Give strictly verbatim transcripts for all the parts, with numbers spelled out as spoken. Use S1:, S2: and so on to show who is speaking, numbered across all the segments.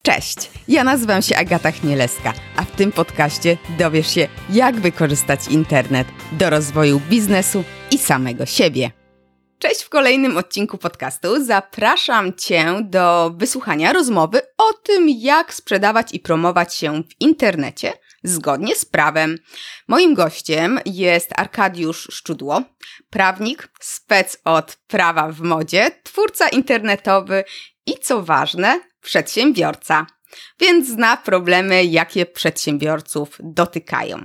S1: Cześć, ja nazywam się Agata Chmielewska, a w tym podcaście dowiesz się, jak wykorzystać internet do rozwoju biznesu i samego siebie. Cześć, w kolejnym odcinku podcastu zapraszam Cię do wysłuchania rozmowy o tym, jak sprzedawać i promować się w internecie zgodnie z prawem. Moim gościem jest Arkadiusz Szczudło, prawnik, spec od prawa w modzie, twórca internetowy i co ważne, przedsiębiorca, więc zna problemy, jakie przedsiębiorców dotykają.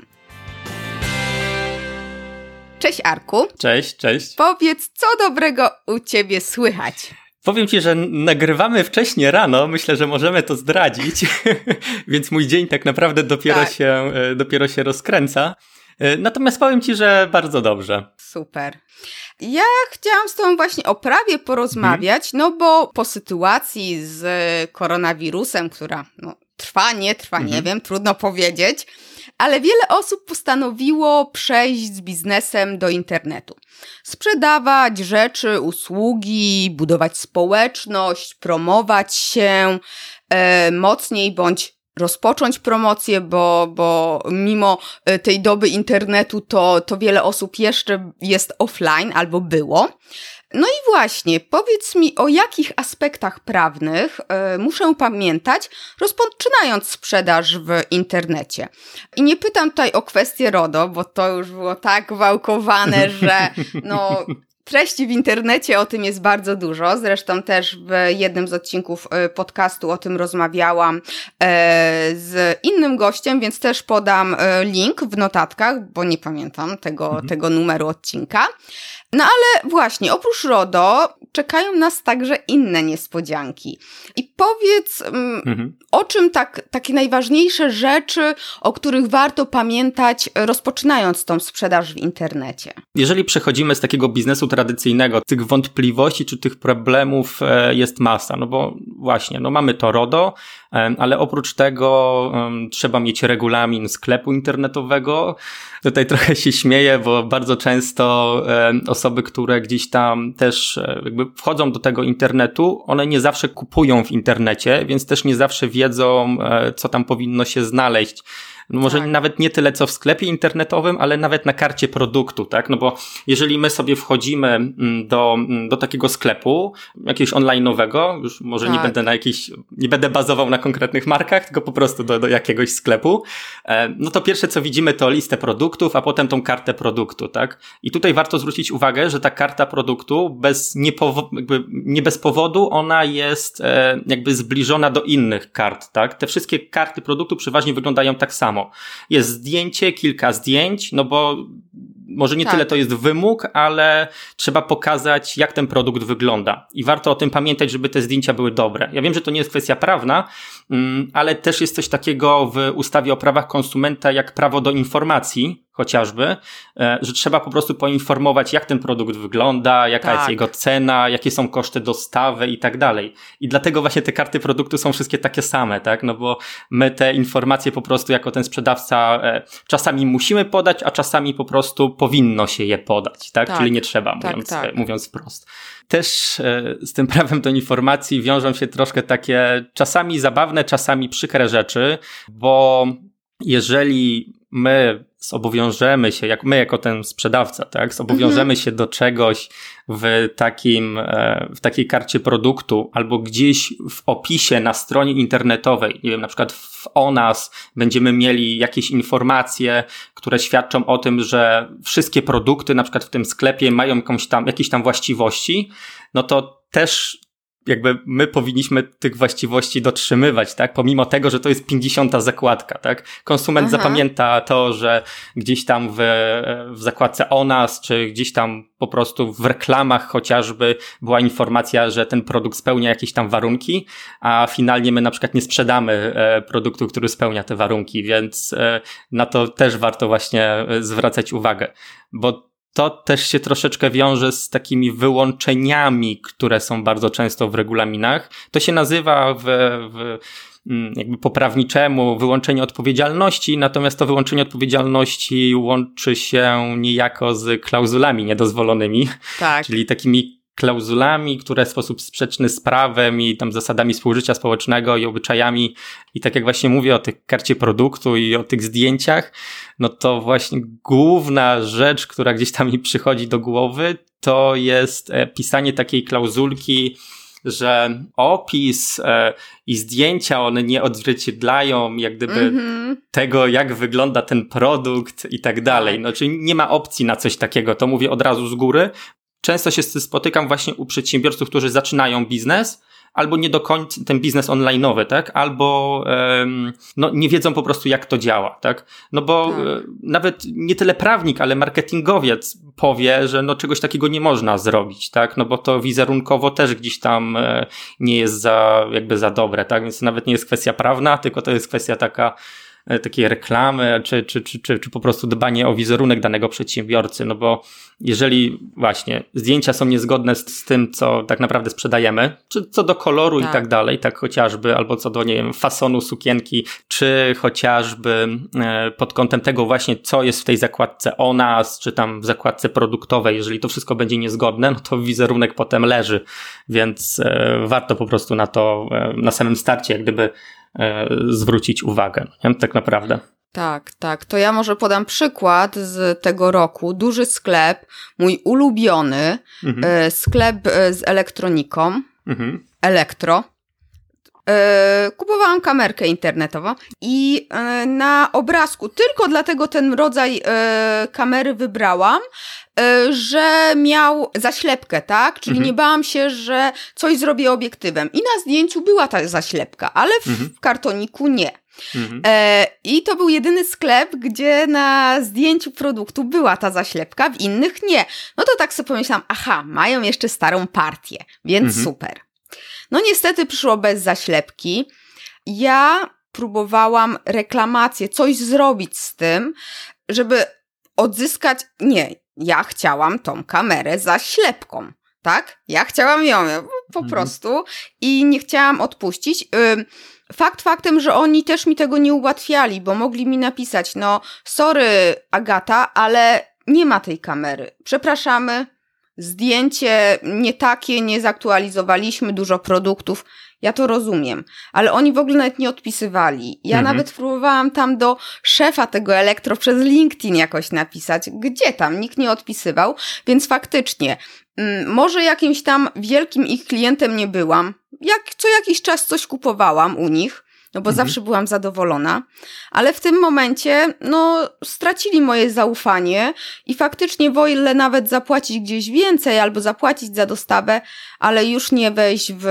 S1: Cześć Arku.
S2: Cześć, cześć.
S1: Powiedz, co dobrego u Ciebie słychać?
S2: Powiem Ci, że nagrywamy wcześnie rano, myślę, że możemy to zdradzić, więc mój dzień tak naprawdę dopiero, tak. się, dopiero się rozkręca. Natomiast powiem Ci, że bardzo dobrze.
S1: Super. Ja chciałam z Tobą właśnie o prawie porozmawiać, hmm. no bo po sytuacji z koronawirusem, która no, trwa, nie trwa, hmm. nie wiem, trudno powiedzieć, ale wiele osób postanowiło przejść z biznesem do internetu. Sprzedawać rzeczy, usługi, budować społeczność, promować się e, mocniej bądź rozpocząć promocję, bo, bo mimo tej doby internetu to, to wiele osób jeszcze jest offline albo było. No i właśnie, powiedz mi, o jakich aspektach prawnych y, muszę pamiętać, rozpoczynając sprzedaż w internecie. I nie pytam tutaj o kwestię RODO, bo to już było tak wałkowane, że no... Treści w internecie, o tym jest bardzo dużo. Zresztą też w jednym z odcinków podcastu o tym rozmawiałam z innym gościem, więc też podam link w notatkach, bo nie pamiętam tego, mhm. tego numeru odcinka. No ale właśnie, oprócz RODO czekają nas także inne niespodzianki. I powiedz, mhm. o czym tak, takie najważniejsze rzeczy, o których warto pamiętać, rozpoczynając tą sprzedaż w internecie.
S2: Jeżeli przechodzimy z takiego biznesu tradycyjnego, tych wątpliwości czy tych problemów jest masa, no bo właśnie, no mamy to RODO, ale oprócz tego um, trzeba mieć regulamin sklepu internetowego. Tutaj trochę się śmieję, bo bardzo często um, osoby, które gdzieś tam też jakby wchodzą do tego internetu, one nie zawsze kupują w internecie, więc też nie zawsze wiedzą, co tam powinno się znaleźć. No może tak. nawet nie tyle co w sklepie internetowym, ale nawet na karcie produktu, tak? No bo jeżeli my sobie wchodzimy do, do takiego sklepu, jakiegoś online'owego, już może tak. nie będę na jakiś, nie będę bazował na konkretnych markach, tylko po prostu do, do jakiegoś sklepu, no to pierwsze co widzimy to listę produktów, a potem tą kartę produktu, tak? I tutaj warto zwrócić uwagę, że ta karta produktu bez, niepowo- jakby nie bez powodu ona jest jakby zbliżona do innych kart, tak? Te wszystkie karty produktu przeważnie wyglądają tak samo. Jest zdjęcie, kilka zdjęć, no bo może nie tak. tyle to jest wymóg, ale trzeba pokazać, jak ten produkt wygląda. I warto o tym pamiętać, żeby te zdjęcia były dobre. Ja wiem, że to nie jest kwestia prawna, ale też jest coś takiego w ustawie o prawach konsumenta, jak prawo do informacji, chociażby, że trzeba po prostu poinformować, jak ten produkt wygląda, jaka tak. jest jego cena, jakie są koszty dostawy i tak dalej. I dlatego właśnie te karty produktu są wszystkie takie same, tak? No bo my te informacje po prostu jako ten sprzedawca czasami musimy podać, a czasami po prostu powinno się je podać, tak? tak. Czyli nie trzeba, tak, mówiąc, tak. mówiąc wprost. Też e, z tym prawem do informacji wiążą się troszkę takie czasami zabawne, czasami przykre rzeczy, bo jeżeli my zobowiążemy się, jak my jako ten sprzedawca, tak, zobowiążemy mm-hmm. się do czegoś w takim, w takiej karcie produktu albo gdzieś w opisie na stronie internetowej, nie wiem, na przykład w o nas będziemy mieli jakieś informacje, które świadczą o tym, że wszystkie produkty na przykład w tym sklepie mają jakąś tam, jakieś tam właściwości, no to też jakby my powinniśmy tych właściwości dotrzymywać, tak? Pomimo tego, że to jest pięćdziesiąta zakładka, tak? Konsument Aha. zapamięta to, że gdzieś tam w, w zakładce o nas, czy gdzieś tam po prostu w reklamach chociażby była informacja, że ten produkt spełnia jakieś tam warunki, a finalnie my na przykład nie sprzedamy e, produktu, który spełnia te warunki, więc e, na to też warto właśnie zwracać uwagę, bo to też się troszeczkę wiąże z takimi wyłączeniami, które są bardzo często w regulaminach. To się nazywa w, w jakby po prawniczemu wyłączenie odpowiedzialności, natomiast to wyłączenie odpowiedzialności łączy się niejako z klauzulami niedozwolonymi, tak. czyli takimi klauzulami, które w sposób sprzeczny z prawem i tam zasadami współżycia społecznego i obyczajami i tak jak właśnie mówię o tych karcie produktu i o tych zdjęciach, no to właśnie główna rzecz, która gdzieś tam mi przychodzi do głowy, to jest pisanie takiej klauzulki, że opis e, i zdjęcia, one nie odzwierciedlają jak gdyby mm-hmm. tego, jak wygląda ten produkt i tak dalej. No, czyli nie ma opcji na coś takiego, to mówię od razu z góry. Często się spotykam właśnie u przedsiębiorców, którzy zaczynają biznes, albo nie do końca ten biznes online'owy, tak? Albo um, no, nie wiedzą po prostu, jak to działa, tak? No bo tak. e, nawet nie tyle prawnik, ale marketingowiec powie, że no czegoś takiego nie można zrobić, tak? No bo to wizerunkowo też gdzieś tam e, nie jest za, jakby za dobre, tak? Więc to nawet nie jest kwestia prawna, tylko to jest kwestia taka takiej reklamy, czy, czy, czy, czy, czy po prostu dbanie o wizerunek danego przedsiębiorcy, no bo jeżeli właśnie zdjęcia są niezgodne z, z tym, co tak naprawdę sprzedajemy, czy co do koloru tak. i tak dalej, tak chociażby, albo co do, nie wiem, fasonu sukienki, czy chociażby e, pod kątem tego właśnie, co jest w tej zakładce o nas, czy tam w zakładce produktowej, jeżeli to wszystko będzie niezgodne, no to wizerunek potem leży, więc e, warto po prostu na to e, na samym starcie jak gdyby zwrócić uwagę, nie? Tak naprawdę.
S1: Tak, tak. To ja może podam przykład z tego roku. Duży sklep, mój ulubiony, mhm. sklep z elektroniką, mhm. elektro. Kupowałam kamerkę internetową i na obrazku, tylko dlatego ten rodzaj kamery wybrałam, że miał zaślepkę, tak? Czyli mhm. nie bałam się, że coś zrobię obiektywem. I na zdjęciu była ta zaślepka, ale w, mhm. w kartoniku nie. Mhm. E, I to był jedyny sklep, gdzie na zdjęciu produktu była ta zaślepka, w innych nie. No to tak sobie pomyślałam, aha, mają jeszcze starą partię, więc mhm. super. No niestety przyszło bez zaślepki. Ja próbowałam reklamację, coś zrobić z tym, żeby odzyskać... Nie, ja chciałam tą kamerę za ślepką, tak? Ja chciałam ją po mhm. prostu i nie chciałam odpuścić. Fakt faktem, że oni też mi tego nie ułatwiali, bo mogli mi napisać, no sorry Agata, ale nie ma tej kamery. Przepraszamy, zdjęcie nie takie, nie zaktualizowaliśmy, dużo produktów. Ja to rozumiem, ale oni w ogóle nawet nie odpisywali. Ja mhm. nawet próbowałam tam do szefa tego elektro przez LinkedIn jakoś napisać. Gdzie tam? Nikt nie odpisywał, więc faktycznie m, może jakimś tam wielkim ich klientem nie byłam. Jak co jakiś czas coś kupowałam u nich, no bo mhm. zawsze byłam zadowolona, ale w tym momencie, no, stracili moje zaufanie i faktycznie wolę nawet zapłacić gdzieś więcej albo zapłacić za dostawę, ale już nie wejść w,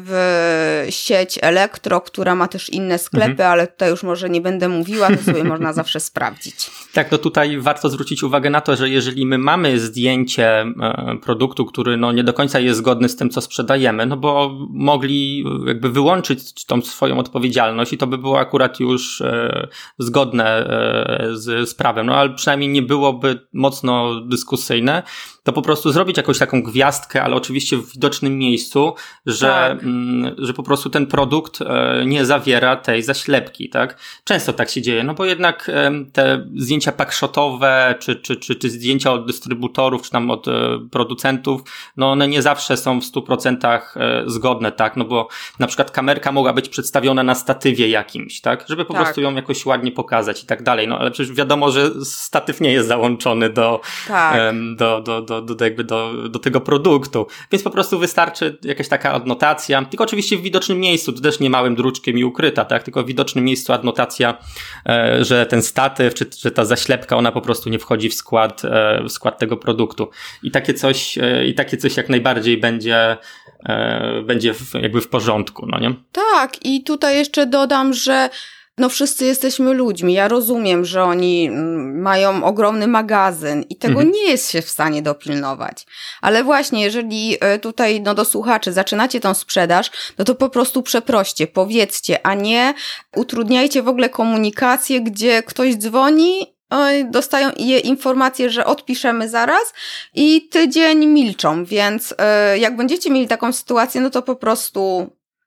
S1: w sieć elektro, która ma też inne sklepy, mhm. ale tutaj już może nie będę mówiła, to sobie można zawsze sprawdzić.
S2: Tak, no tutaj warto zwrócić uwagę na to, że jeżeli my mamy zdjęcie produktu, który no nie do końca jest zgodny z tym, co sprzedajemy, no bo mogli jakby wyłączyć tą swoją odpowiedzialność, i to by było akurat już e, zgodne e, z, z prawem, no ale przynajmniej nie byłoby mocno dyskusyjne, to po prostu zrobić jakąś taką gwiazdkę, ale oczywiście w widocznym miejscu, że, tak. m, że po prostu ten produkt e, nie zawiera tej zaślepki, tak? Często tak się dzieje, no bo jednak e, te zdjęcia packshotowe, czy, czy, czy, czy zdjęcia od dystrybutorów, czy tam od e, producentów, no one nie zawsze są w stu procentach e, zgodne, tak? No bo na przykład kamerka mogła być przedstawiona na statywie jakimś, tak? Żeby po tak. prostu ją jakoś ładnie pokazać i tak dalej, no ale przecież wiadomo, że statyw nie jest załączony do, tak. e, do, do, do Do, do, jakby do, do tego produktu, więc po prostu wystarczy jakaś taka adnotacja, tylko oczywiście w widocznym miejscu, to też nie małym druczkiem i ukryta, tak, tylko w widocznym miejscu adnotacja, e, że ten statyw, czy że ta zaślepka, ona po prostu nie wchodzi w skład, e, w skład tego produktu i takie coś, e, i takie coś jak najbardziej będzie, e, będzie w, jakby w porządku, no nie?
S1: Tak, i tutaj jeszcze dodam, że no wszyscy jesteśmy ludźmi. Ja rozumiem, że oni mają ogromny magazyn i tego mhm. nie jest się w stanie dopilnować. Ale właśnie, jeżeli tutaj no do słuchaczy zaczynacie tą sprzedaż, no to po prostu przeproście, powiedzcie, a nie utrudniajcie w ogóle komunikację, gdzie ktoś dzwoni, dostają je informacje, że odpiszemy zaraz i tydzień milczą, więc jak będziecie mieli taką sytuację, no to po prostu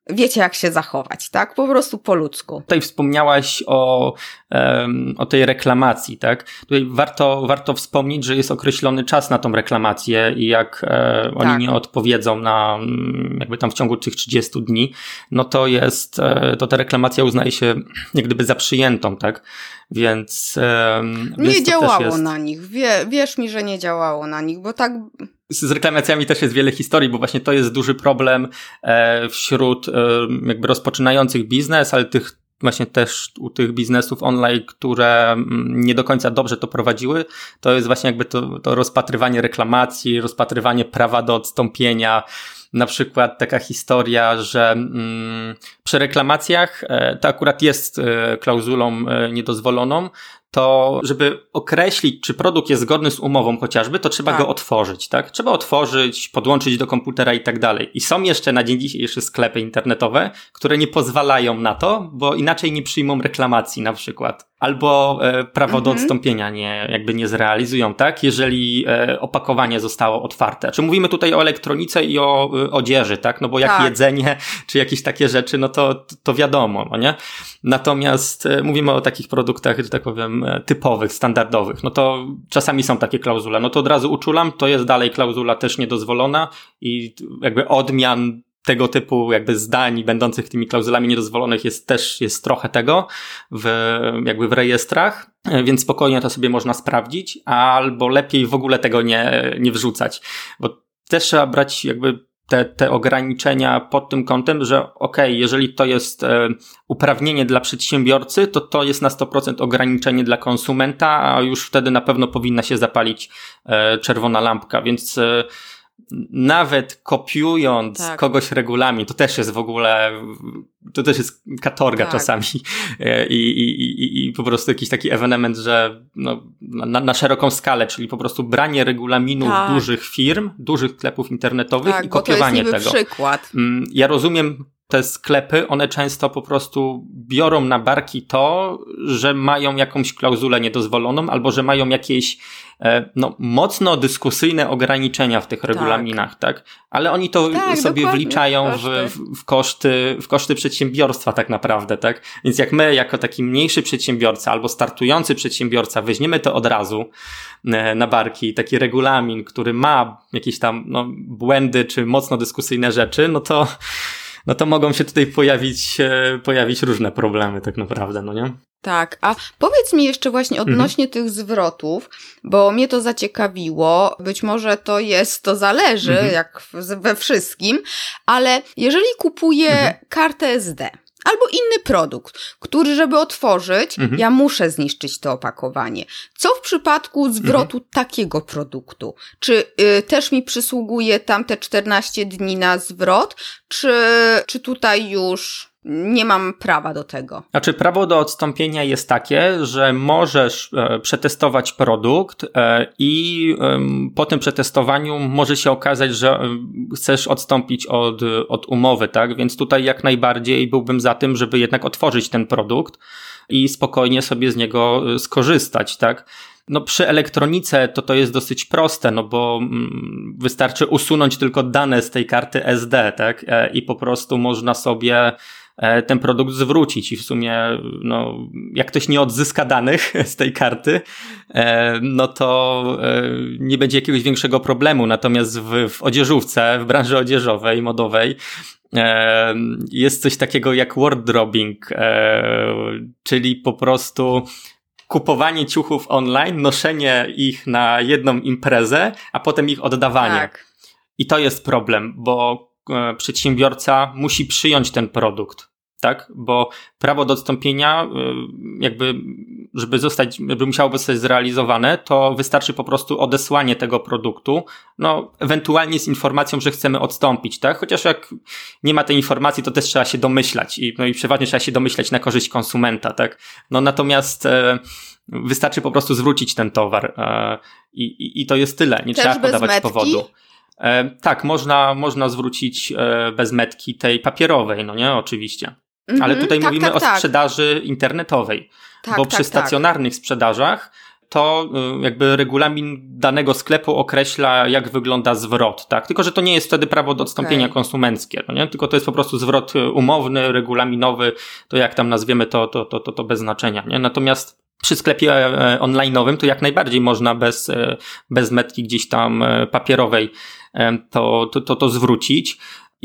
S1: wiecie jak się zachować, tak? Po prostu po ludzku.
S2: Tutaj wspomniałaś o, um, o tej reklamacji, tak? Tutaj warto, warto wspomnieć, że jest określony czas na tą reklamację i jak e, oni tak. nie odpowiedzą na jakby tam w ciągu tych trzydziestu dni, no to jest, e, to ta reklamacja uznaje się jak gdyby za przyjętą, tak? Więc, e,
S1: nie
S2: więc
S1: działało
S2: jest...
S1: na nich. Wie, wierz mi, że nie działało na nich, bo tak...
S2: Z reklamacjami też jest wiele historii, bo właśnie to jest duży problem e, wśród e, jakby rozpoczynających biznes, ale tych właśnie też u tych biznesów online, które nie do końca dobrze to prowadziły, to jest właśnie jakby to, to rozpatrywanie reklamacji, rozpatrywanie prawa do odstąpienia. Na przykład taka historia, że mm, przy reklamacjach e, to akurat jest e, klauzulą e, niedozwoloną, to żeby określić, czy produkt jest zgodny z umową chociażby, to trzeba tak. go otworzyć, tak? Trzeba otworzyć, podłączyć do komputera i tak dalej. I są jeszcze na dzień dzisiejszy sklepy internetowe, które nie pozwalają na to, bo inaczej nie przyjmą reklamacji na przykład. Albo e, prawo mhm. do odstąpienia nie, jakby nie zrealizują, tak? Jeżeli e, opakowanie zostało otwarte. Czy mówimy tutaj o elektronice i o e, odzieży, tak? No bo jak tak. jedzenie, czy jakieś takie rzeczy, no to, to wiadomo, no nie? Natomiast e, mówimy o takich produktach, że tak powiem, e, typowych, standardowych. No to czasami są takie klauzule. No to od razu uczulam, to jest dalej klauzula też niedozwolona i jakby odmian tego typu jakby zdań będących tymi klauzulami niedozwolonych jest też, jest trochę tego w, jakby w rejestrach, więc spokojnie to sobie można sprawdzić, albo lepiej w ogóle tego nie, nie wrzucać, bo też trzeba brać jakby te, te ograniczenia pod tym kątem, że okej, okay, jeżeli to jest e, uprawnienie dla przedsiębiorcy, to to jest na sto procent ograniczenie dla konsumenta, a już wtedy na pewno powinna się zapalić e, czerwona lampka, więc e, nawet kopiując tak. kogoś regulamin, to też jest w ogóle, to też jest katorga tak. czasami I, i, i, i po prostu jakiś taki ewenement, że no, na, na szeroką skalę, czyli po prostu branie regulaminów tak. dużych firm, dużych sklepów internetowych
S1: tak,
S2: i kopiowanie
S1: bo to jest
S2: tego.
S1: Przykład.
S2: Ja rozumiem, te sklepy, one często po prostu biorą na barki to, że mają jakąś klauzulę niedozwoloną albo że mają jakieś no, mocno dyskusyjne ograniczenia w tych regulaminach, tak? tak? Ale oni to tak, sobie wliczają w, w, w, koszty, w koszty przedsiębiorstwa tak naprawdę, tak? Więc jak my jako taki mniejszy przedsiębiorca albo startujący przedsiębiorca weźmiemy to od razu na barki, taki regulamin, który ma jakieś tam no, błędy czy mocno dyskusyjne rzeczy, no to no to mogą się tutaj pojawić, pojawić różne problemy tak naprawdę, no nie?
S1: Tak, a powiedz mi jeszcze właśnie odnośnie mhm. tych zwrotów, bo mnie to zaciekawiło, być może to jest, to zależy, mhm. jak we wszystkim, ale jeżeli kupuję mhm. kartę S D, albo inny produkt, który żeby otworzyć, mhm. ja muszę zniszczyć to opakowanie. Co w przypadku zwrotu mhm. takiego produktu? Czy y, też mi przysługuje tam te czternaście dni na zwrot, czy, czy tutaj już nie mam prawa do tego?
S2: Znaczy prawo do odstąpienia jest takie, że możesz e, przetestować produkt e, i e, po tym przetestowaniu może się okazać, że e, chcesz odstąpić od, od umowy, tak? Więc tutaj jak najbardziej byłbym za tym, żeby jednak otworzyć ten produkt i spokojnie sobie z niego skorzystać, tak? No przy elektronice to to jest dosyć proste, no bo mm, wystarczy usunąć tylko dane z tej karty S D, tak? E, I po prostu można sobie ten produkt zwrócić i w sumie, no, jak ktoś nie odzyska danych z tej karty, no to nie będzie jakiegoś większego problemu. Natomiast w, w odzieżówce, w branży odzieżowej, modowej, jest coś takiego jak wardrobing, czyli po prostu kupowanie ciuchów online, noszenie ich na jedną imprezę, a potem ich oddawanie. Tak. I to jest problem, bo przedsiębiorca musi przyjąć ten produkt, tak? Bo prawo do odstąpienia, jakby, żeby zostać, żeby musiało zostać zrealizowane, to wystarczy po prostu odesłanie tego produktu, no, ewentualnie z informacją, że chcemy odstąpić, tak? Chociaż jak nie ma tej informacji, to też trzeba się domyślać i, no i przeważnie trzeba się domyślać na korzyść konsumenta, tak? No, natomiast e, wystarczy po prostu zwrócić ten towar e, i, i to jest tyle, nie
S1: też
S2: trzeba podawać
S1: metki?
S2: powodu. E, tak, można, można zwrócić e, bez metki tej papierowej, no nie, oczywiście. Mm-hmm, ale tutaj
S1: tak,
S2: mówimy
S1: tak,
S2: o
S1: tak.
S2: sprzedaży internetowej, tak, bo tak, przy stacjonarnych tak. sprzedażach to jakby regulamin danego sklepu określa, jak wygląda zwrot, tak? Tylko że to nie jest wtedy prawo do odstąpienia okay. konsumenckie, no nie? Tylko to jest po prostu zwrot umowny, regulaminowy, to jak tam nazwiemy to, to, to, to, to bez znaczenia, nie? Natomiast przy sklepie online'owym to jak najbardziej można bez, bez metki gdzieś tam papierowej to, to, to, to zwrócić.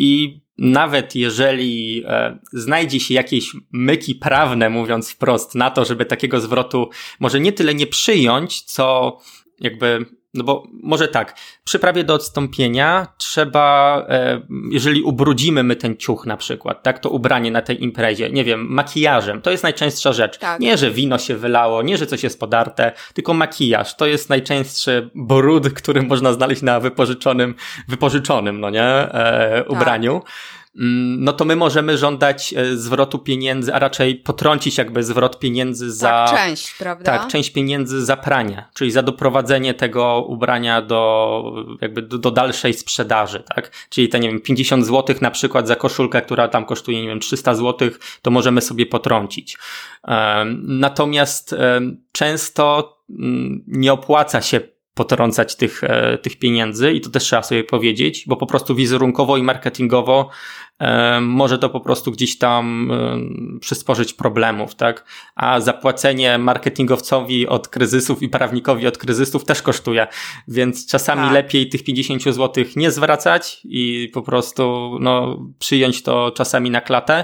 S2: I nawet jeżeli e, znajdzie się jakieś myki prawne, mówiąc wprost, na to, żeby takiego zwrotu może nie tyle nie przyjąć, co jakby, no bo może tak, przy prawie do odstąpienia trzeba, e, jeżeli ubrudzimy my ten ciuch na przykład, tak, to ubranie na tej imprezie, nie wiem, makijażem, to jest najczęstsza rzecz. Tak. Nie, że wino się wylało, nie, że coś jest podarte, tylko makijaż, to jest najczęstszy brud, który można znaleźć na wypożyczonym, wypożyczonym, no nie, e, ubraniu. Tak. No to my możemy żądać zwrotu pieniędzy, a raczej potrącić jakby zwrot pieniędzy za...
S1: Tak, część, prawda?
S2: Tak, część pieniędzy za pranie, czyli za doprowadzenie tego ubrania do jakby do, do dalszej sprzedaży, tak? Czyli te, nie wiem, pięćdziesiąt złotych na przykład za koszulkę, która tam kosztuje, nie wiem, trzysta złotych, to możemy sobie potrącić. Um, natomiast um, często um, nie opłaca się potrącać tych, e, tych pieniędzy i to też trzeba sobie powiedzieć, bo po prostu wizerunkowo i marketingowo e, może to po prostu gdzieś tam e, przysporzyć problemów, tak? A zapłacenie marketingowcowi od kryzysów i prawnikowi od kryzysów też kosztuje, więc czasami tak. lepiej tych pięćdziesiąt złotych nie zwracać i po prostu no, przyjąć to czasami na klatę,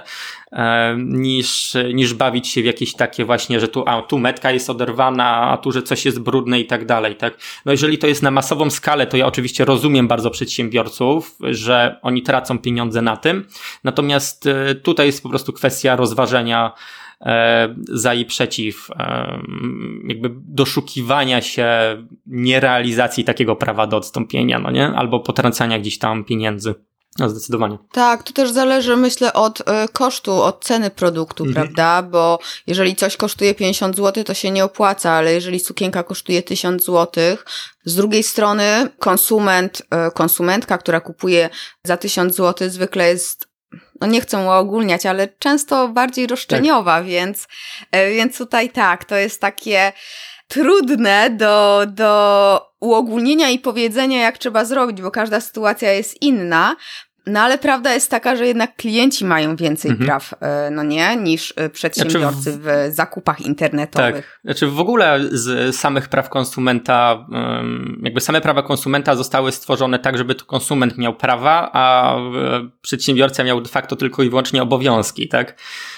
S2: e, niż, niż bawić się w jakieś takie właśnie, że tu, a, tu metka jest oderwana, a tu, że coś jest brudne i tak dalej, tak? No jeżeli to jest na masową skalę, to ja oczywiście rozumiem bardzo przedsiębiorców, że oni tracą pieniądze na tym, natomiast tutaj jest po prostu kwestia rozważenia e, za i przeciw, e, jakby doszukiwania się nierealizacji takiego prawa do odstąpienia, no nie? Albo potrącania gdzieś tam pieniędzy. No zdecydowanie.
S1: Tak, to też zależy, myślę, od y, kosztu, od ceny produktu, mhm. prawda? Bo jeżeli coś kosztuje pięćdziesiąt złotych, to się nie opłaca, ale jeżeli sukienka kosztuje tysiąc złotych, z drugiej strony konsument, y, konsumentka, która kupuje za tysiąc złotych, zwykle jest, no nie chcę uogólniać, ale często bardziej roszczeniowa, tak. więc, y, więc tutaj tak, to jest takie trudne do, do uogólnienia i powiedzenia, jak trzeba zrobić, bo każda sytuacja jest inna. No ale prawda jest taka, że jednak klienci mają więcej mhm. praw, no nie, niż przedsiębiorcy znaczy w, w zakupach internetowych.
S2: Tak, znaczy w ogóle z samych praw konsumenta, jakby same prawa konsumenta zostały stworzone tak, żeby to konsument miał prawa, a przedsiębiorca miał de facto tylko i wyłącznie obowiązki, tak?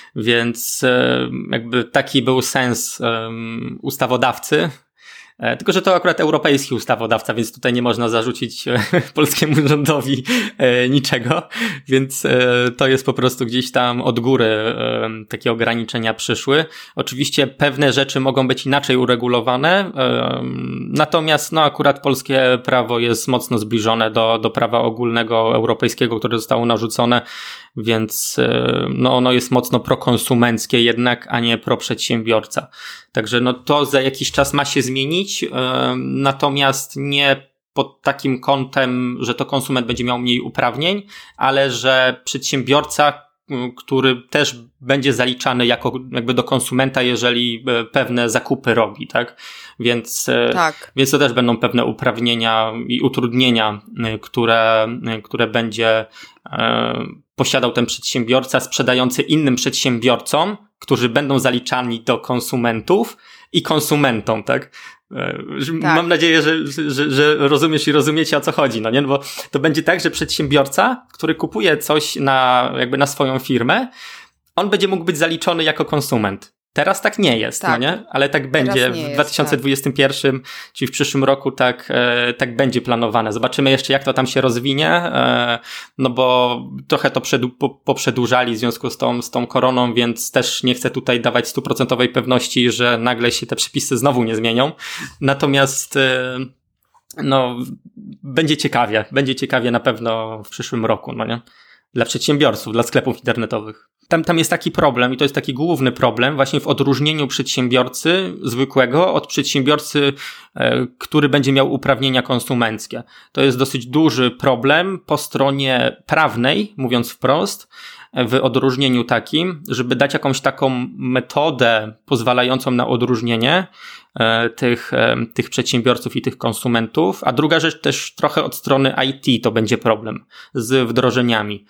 S2: Więc jakby taki był sens ustawodawcy. Tylko że to akurat europejski ustawodawca, więc tutaj nie można zarzucić polskiemu rządowi niczego, więc to jest po prostu gdzieś tam od góry takie ograniczenia przyszły. Oczywiście pewne rzeczy mogą być inaczej uregulowane, natomiast no akurat polskie prawo jest mocno zbliżone do, do prawa ogólnego europejskiego, które zostało narzucone, więc no ono jest mocno prokonsumenckie jednak, a nie proprzedsiębiorca. Także no to za jakiś czas ma się zmienić, yy, natomiast nie pod takim kątem, że to konsument będzie miał mniej uprawnień, ale że przedsiębiorca, yy, który też będzie zaliczany jako jakby do konsumenta, jeżeli yy, pewne zakupy robi, tak? Więc, yy, tak. więc to też będą pewne uprawnienia i utrudnienia, yy, które, yy, które będzie yy, posiadał ten przedsiębiorca sprzedający innym przedsiębiorcom, którzy będą zaliczani do konsumentów i konsumentom, tak? tak. Mam nadzieję, że, że, że rozumiesz i rozumiecie, o co chodzi, no nie? No bo to będzie tak, że przedsiębiorca, który kupuje coś na, jakby na swoją firmę, on będzie mógł być zaliczony jako konsument. Teraz tak nie jest, tak. no nie? Ale tak będzie w dwa tysiące dwudziestym pierwszym, tak. czyli w przyszłym roku tak, e, tak będzie planowane. Zobaczymy jeszcze, jak to tam się rozwinie, e, no bo trochę to przedu- po, poprzedłużali w związku z tą, z tą koroną, więc też nie chcę tutaj dawać stuprocentowej pewności, że nagle się te przepisy znowu nie zmienią. Natomiast e, no będzie ciekawie, będzie ciekawie na pewno w przyszłym roku, no nie? Dla przedsiębiorców, dla sklepów internetowych. Tam, tam jest taki problem i to jest taki główny problem właśnie w odróżnieniu przedsiębiorcy zwykłego od przedsiębiorcy, e, który będzie miał uprawnienia konsumenckie. To jest dosyć duży problem po stronie prawnej, mówiąc wprost, w odróżnieniu takim, żeby dać jakąś taką metodę pozwalającą na odróżnienie tych, tych przedsiębiorców i tych konsumentów, a druga rzecz też trochę od strony I T to będzie problem z wdrożeniami.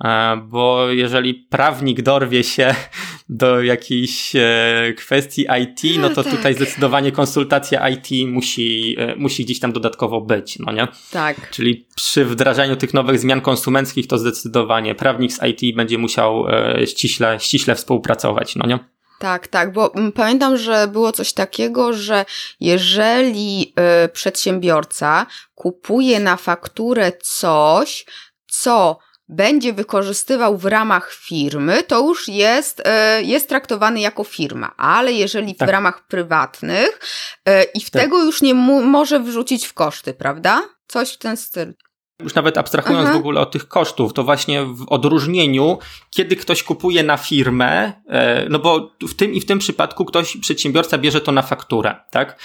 S2: Bo jeżeli prawnik dorwie się do jakiejś kwestii I T, no to tak. Tutaj zdecydowanie konsultacja I T musi, musi gdzieś tam dodatkowo być, no nie?
S1: Tak.
S2: Czyli przy wdrażaniu tych nowych zmian konsumenckich to zdecydowanie prawnik z I T będzie musiał ściśle, ściśle współpracować, no nie?
S1: Tak, tak, bo pamiętam, że było coś takiego, że jeżeli y, przedsiębiorca kupuje na fakturę coś, co będzie wykorzystywał w ramach firmy, to już jest, y, jest traktowany jako firma, ale jeżeli tak. w ramach prywatnych y, i w tak. tego już nie mu, może wrzucić w koszty, prawda? Coś w ten styl.
S2: Już nawet abstrahując Aha. w ogóle od tych kosztów, to właśnie w odróżnieniu, kiedy ktoś kupuje na firmę, no bo w tym i w tym przypadku ktoś, przedsiębiorca bierze to na fakturę, tak?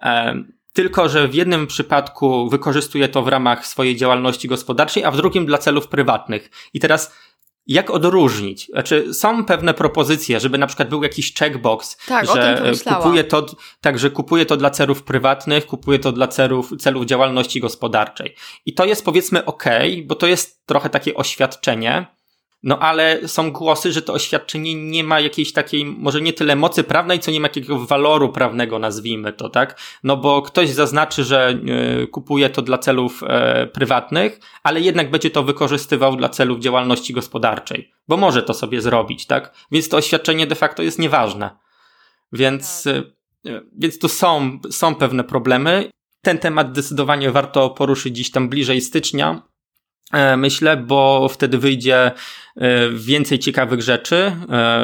S2: Tylko że w jednym przypadku wykorzystuje to w ramach swojej działalności gospodarczej, a w drugim dla celów prywatnych. I teraz jak odróżnić? Znaczy, są pewne propozycje, żeby na przykład był jakiś checkbox,
S1: tak,
S2: że kupuje to, tak, że kupuje to dla celów prywatnych, kupuje to dla celów, celów działalności gospodarczej. I to jest powiedzmy okej, okay, bo to jest trochę takie oświadczenie, no ale są głosy, że to oświadczenie nie ma jakiejś takiej, może nie tyle mocy prawnej, co nie ma jakiegoś waloru prawnego, nazwijmy to, tak? No bo ktoś zaznaczy, że y, kupuje to dla celów y, prywatnych, ale jednak będzie to wykorzystywał dla celów działalności gospodarczej, bo może to sobie zrobić, tak? Więc to oświadczenie de facto jest nieważne. Więc, y, y, więc tu są, są pewne problemy. Ten temat zdecydowanie warto poruszyć dziś tam bliżej stycznia, myślę, bo wtedy wyjdzie więcej ciekawych rzeczy,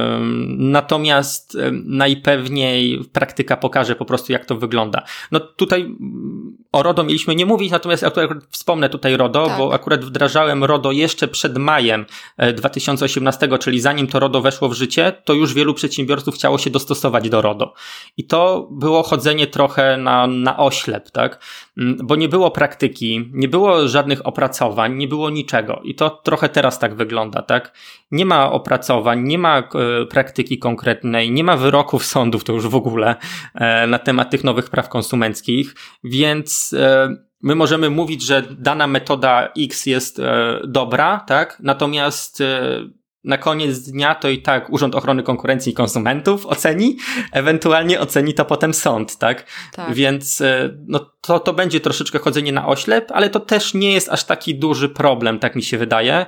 S2: natomiast najpewniej praktyka pokaże po prostu, jak to wygląda. No tutaj o RODO mieliśmy nie mówić, natomiast akurat wspomnę tutaj RODO, tak. bo akurat wdrażałem RODO jeszcze przed majem dwa tysiące osiemnastego, czyli zanim to RODO weszło w życie, to już wielu przedsiębiorców chciało się dostosować do RODO. I to było chodzenie trochę na, na oślep, tak? Bo nie było praktyki, nie było żadnych opracowań, nie było niczego. I to trochę teraz tak wygląda, tak? Nie ma opracowań, nie ma e, praktyki konkretnej, nie ma wyroków sądów, to już w ogóle, e, na temat tych nowych praw konsumenckich, więc e, my możemy mówić, że dana metoda X jest e, dobra, tak? Natomiast e, na koniec dnia to i tak Urząd Ochrony Konkurencji i Konsumentów oceni, ewentualnie oceni to potem sąd, tak? tak. Więc no to, to będzie troszeczkę chodzenie na oślep, ale to też nie jest aż taki duży problem, tak mi się wydaje,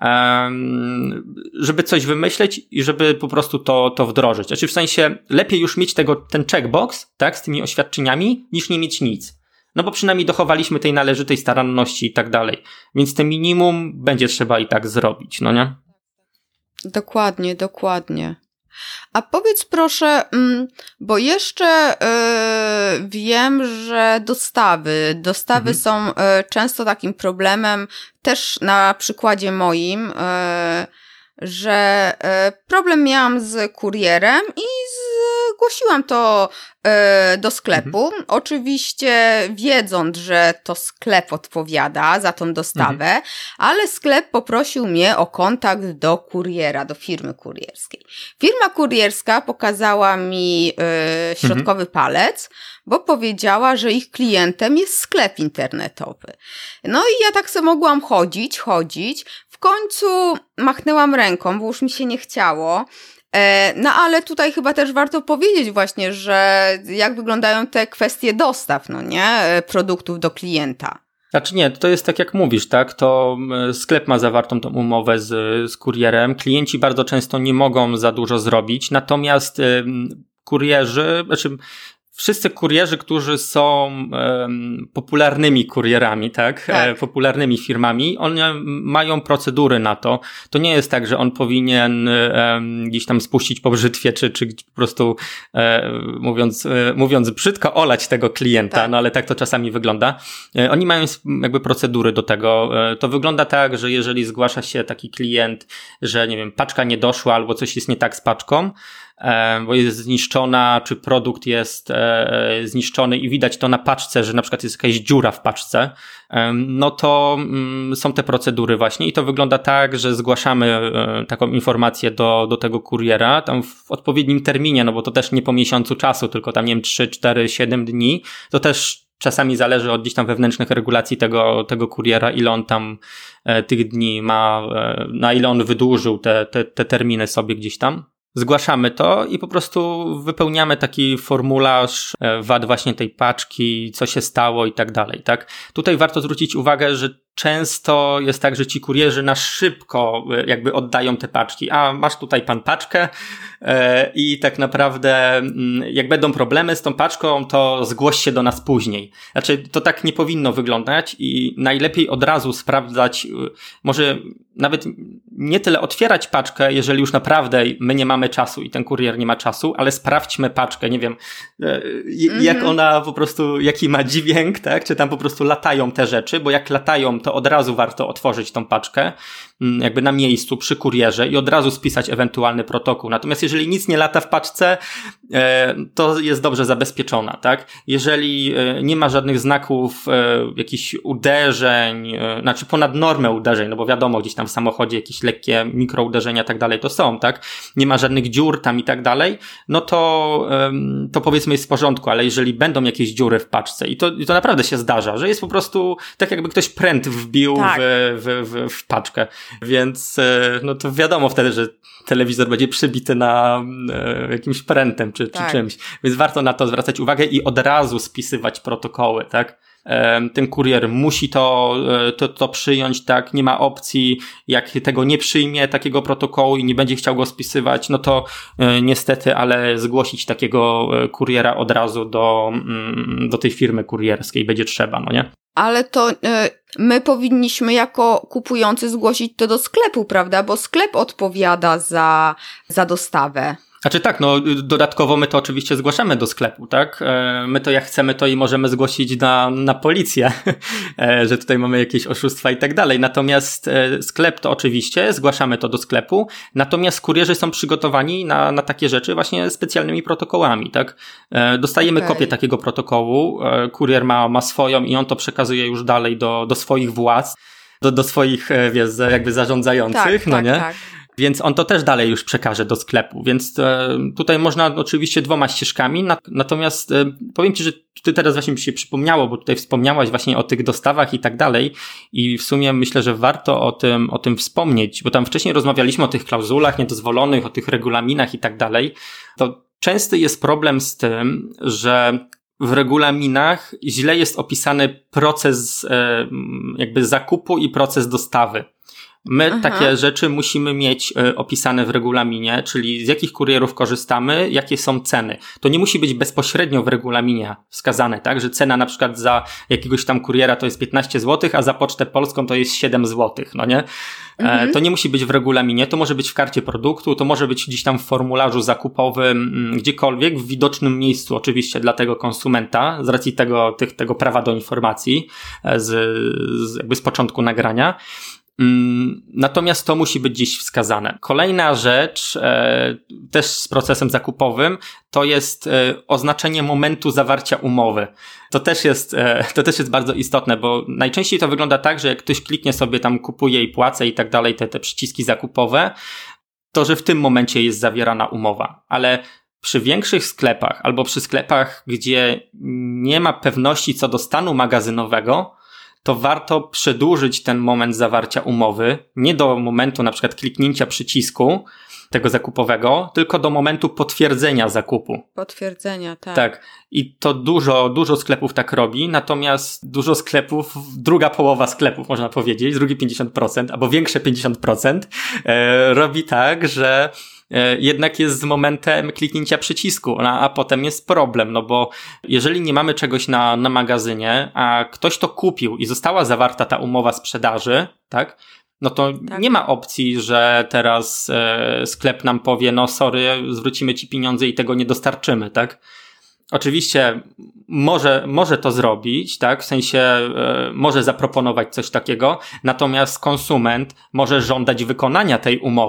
S2: um, żeby coś wymyśleć i żeby po prostu to, to wdrożyć. Znaczy w sensie lepiej już mieć tego, ten checkbox, tak, z tymi oświadczeniami, niż nie mieć nic. No bo przynajmniej dochowaliśmy tej należytej staranności i tak dalej. Więc te minimum będzie trzeba i tak zrobić, no nie?
S1: Dokładnie, dokładnie. A powiedz proszę, bo jeszcze yy, wiem, że dostawy, dostawy mhm. są yy, często takim problemem, też na przykładzie moim, yy, że yy, problem miałam z kurierem i zgłosiłam to yy, do sklepu. Mhm. Oczywiście wiedząc, że to sklep odpowiada za tą dostawę, mhm. ale sklep poprosił mnie o kontakt do kuriera, do firmy kurierskiej. Firma kurierska pokazała mi yy, środkowy mhm. palec, bo powiedziała, że ich klientem jest sklep internetowy. No i ja tak sobie mogłam chodzić, chodzić. W końcu machnęłam ręką, bo już mi się nie chciało. No ale tutaj chyba też warto powiedzieć właśnie, że jak wyglądają te kwestie dostaw, no nie, produktów do klienta.
S2: Znaczy nie, to jest tak jak mówisz, tak, to sklep ma zawartą tą umowę z, z kurierem, klienci bardzo często nie mogą za dużo zrobić, natomiast ym, kurierzy, znaczy wszyscy kurierzy, którzy są um, popularnymi kurierami, tak? tak. E, popularnymi firmami, one mają procedury na to. To nie jest tak, że on powinien um, gdzieś tam spuścić po brzytwie, czy, czy po prostu e, mówiąc, e, mówiąc brzydko, olać tego klienta, tak. no ale tak to czasami wygląda. E, oni mają jakby procedury do tego. E, to wygląda tak, że jeżeli zgłasza się taki klient, że nie wiem, paczka nie doszła albo coś jest nie tak z paczką, bo jest zniszczona, czy produkt jest zniszczony i widać to na paczce, że na przykład jest jakaś dziura w paczce, no to są te procedury właśnie i to wygląda tak, że zgłaszamy taką informację do, do tego kuriera tam w odpowiednim terminie, no bo to też nie po miesiącu czasu, tylko tam nie wiem trzy, cztery, siedem dni, to też czasami zależy od gdzieś tam wewnętrznych regulacji tego, tego kuriera, ile on tam e, tych dni ma, e, na ile on wydłużył te, te, te terminy sobie gdzieś tam. Zgłaszamy to i po prostu wypełniamy taki formularz e, wad właśnie tej paczki, co się stało i tak dalej, tak? Tutaj warto zwrócić uwagę, że często jest tak, że ci kurierzy na szybko jakby oddają te paczki. A masz tutaj pan paczkę e, i tak naprawdę jak będą problemy z tą paczką, to zgłoś się do nas później. Znaczy to tak nie powinno wyglądać i najlepiej od razu sprawdzać, może nawet nie tyle otwierać paczkę, jeżeli już naprawdę my nie mamy czasu i ten kurier nie ma czasu, ale sprawdźmy paczkę, nie wiem, e, mm-hmm. jak ona po prostu, jaki ma dźwięk, tak? Czy tam po prostu latają te rzeczy, bo jak latają, to od razu warto otworzyć tą paczkę jakby na miejscu przy kurierze i od razu spisać ewentualny protokół. Natomiast jeżeli nic nie lata w paczce, to jest dobrze zabezpieczona, tak? Jeżeli nie ma żadnych znaków jakichś uderzeń, znaczy ponad normę uderzeń, no bo wiadomo, gdzieś tam w samochodzie jakieś lekkie mikrouderzenia i tak dalej to są, tak? Nie ma żadnych dziur tam i tak dalej, no to to powiedzmy jest w porządku, ale jeżeli będą jakieś dziury w paczce i to, i to naprawdę się zdarza, że jest po prostu tak jakby ktoś pręt wbił tak. w, w, w, w paczkę. Więc no to wiadomo wtedy, że telewizor będzie przybity na e, jakimś prętem czy, tak. czy czymś. Więc warto na to zwracać uwagę i od razu spisywać protokoły, tak? E, ten kurier musi to, e, to, to przyjąć, tak? Nie ma opcji, jak tego nie przyjmie, takiego protokołu i nie będzie chciał go spisywać, no to e, niestety, ale zgłosić takiego kuriera od razu do, mm, do tej firmy kurierskiej będzie trzeba, no nie?
S1: Ale to y, my powinniśmy jako kupujący zgłosić to do sklepu, prawda? Bo sklep odpowiada za, za dostawę.
S2: Znaczy tak, no dodatkowo my to oczywiście zgłaszamy do sklepu, tak? My to jak chcemy, to i możemy zgłosić na, na policję, że tutaj mamy jakieś oszustwa i tak dalej. Natomiast sklep to oczywiście, zgłaszamy to do sklepu, natomiast kurierzy są przygotowani na, na takie rzeczy właśnie specjalnymi protokołami, tak? Dostajemy okay. kopię takiego protokołu, kurier ma, ma swoją i on to przekazuje już dalej do, do swoich władz, do, do swoich, wiesz, jakby zarządzających, tak, no tak, nie? Tak. Więc on to też dalej już przekaże do sklepu, więc e, tutaj można oczywiście dwoma ścieżkami, na, natomiast e, powiem Ci, że ty teraz właśnie mi się przypomniało, bo tutaj wspomniałaś właśnie o tych dostawach i tak dalej i w sumie myślę, że warto o tym, o tym wspomnieć, bo tam wcześniej rozmawialiśmy o tych klauzulach niedozwolonych, o tych regulaminach i tak dalej, to częsty jest problem z tym, że w regulaminach źle jest opisany proces e, jakby zakupu i proces dostawy. My Aha. takie rzeczy musimy mieć y, opisane w regulaminie, czyli z jakich kurierów korzystamy, jakie są ceny. To nie musi być bezpośrednio w regulaminie wskazane, tak, że cena na przykład za jakiegoś tam kuriera to jest piętnaście złotych, a za Pocztę Polską to jest siedem złotych, no nie? Mhm. E, to nie musi być w regulaminie, to może być w karcie produktu, to może być gdzieś tam w formularzu zakupowym, m, gdziekolwiek, w widocznym miejscu oczywiście dla tego konsumenta, z racji tego, tych, tego prawa do informacji, z, z, jakby z początku nagrania. Natomiast to musi być gdzieś wskazane. Kolejna rzecz, e, też z procesem zakupowym, to jest e, oznaczenie momentu zawarcia umowy. To też jest, e, to też jest bardzo istotne, bo najczęściej to wygląda tak, że jak ktoś kliknie sobie tam kupuje i płacę i tak dalej, te, te przyciski zakupowe, to że w tym momencie jest zawierana umowa. Ale przy większych sklepach albo przy sklepach, gdzie nie ma pewności co do stanu magazynowego, to warto przedłużyć ten moment zawarcia umowy, nie do momentu na przykład kliknięcia przycisku tego zakupowego, tylko do momentu potwierdzenia zakupu.
S1: Potwierdzenia, tak. Tak.
S2: I to dużo, dużo sklepów tak robi, natomiast dużo sklepów, druga połowa sklepów można powiedzieć, drugie pięćdziesiąt procent, albo większe pięćdziesiąt procent e, robi tak, że jednak jest z momentem kliknięcia przycisku, a, a potem jest problem, no bo jeżeli nie mamy czegoś na, na magazynie, a ktoś to kupił i została zawarta ta umowa sprzedaży, tak, no to tak. nie ma opcji, że teraz e, sklep nam powie, no sorry, zwrócimy ci pieniądze i tego nie dostarczymy, tak. Oczywiście może, może to zrobić, tak, w sensie e, może zaproponować coś takiego, natomiast konsument może żądać wykonania tej umowy.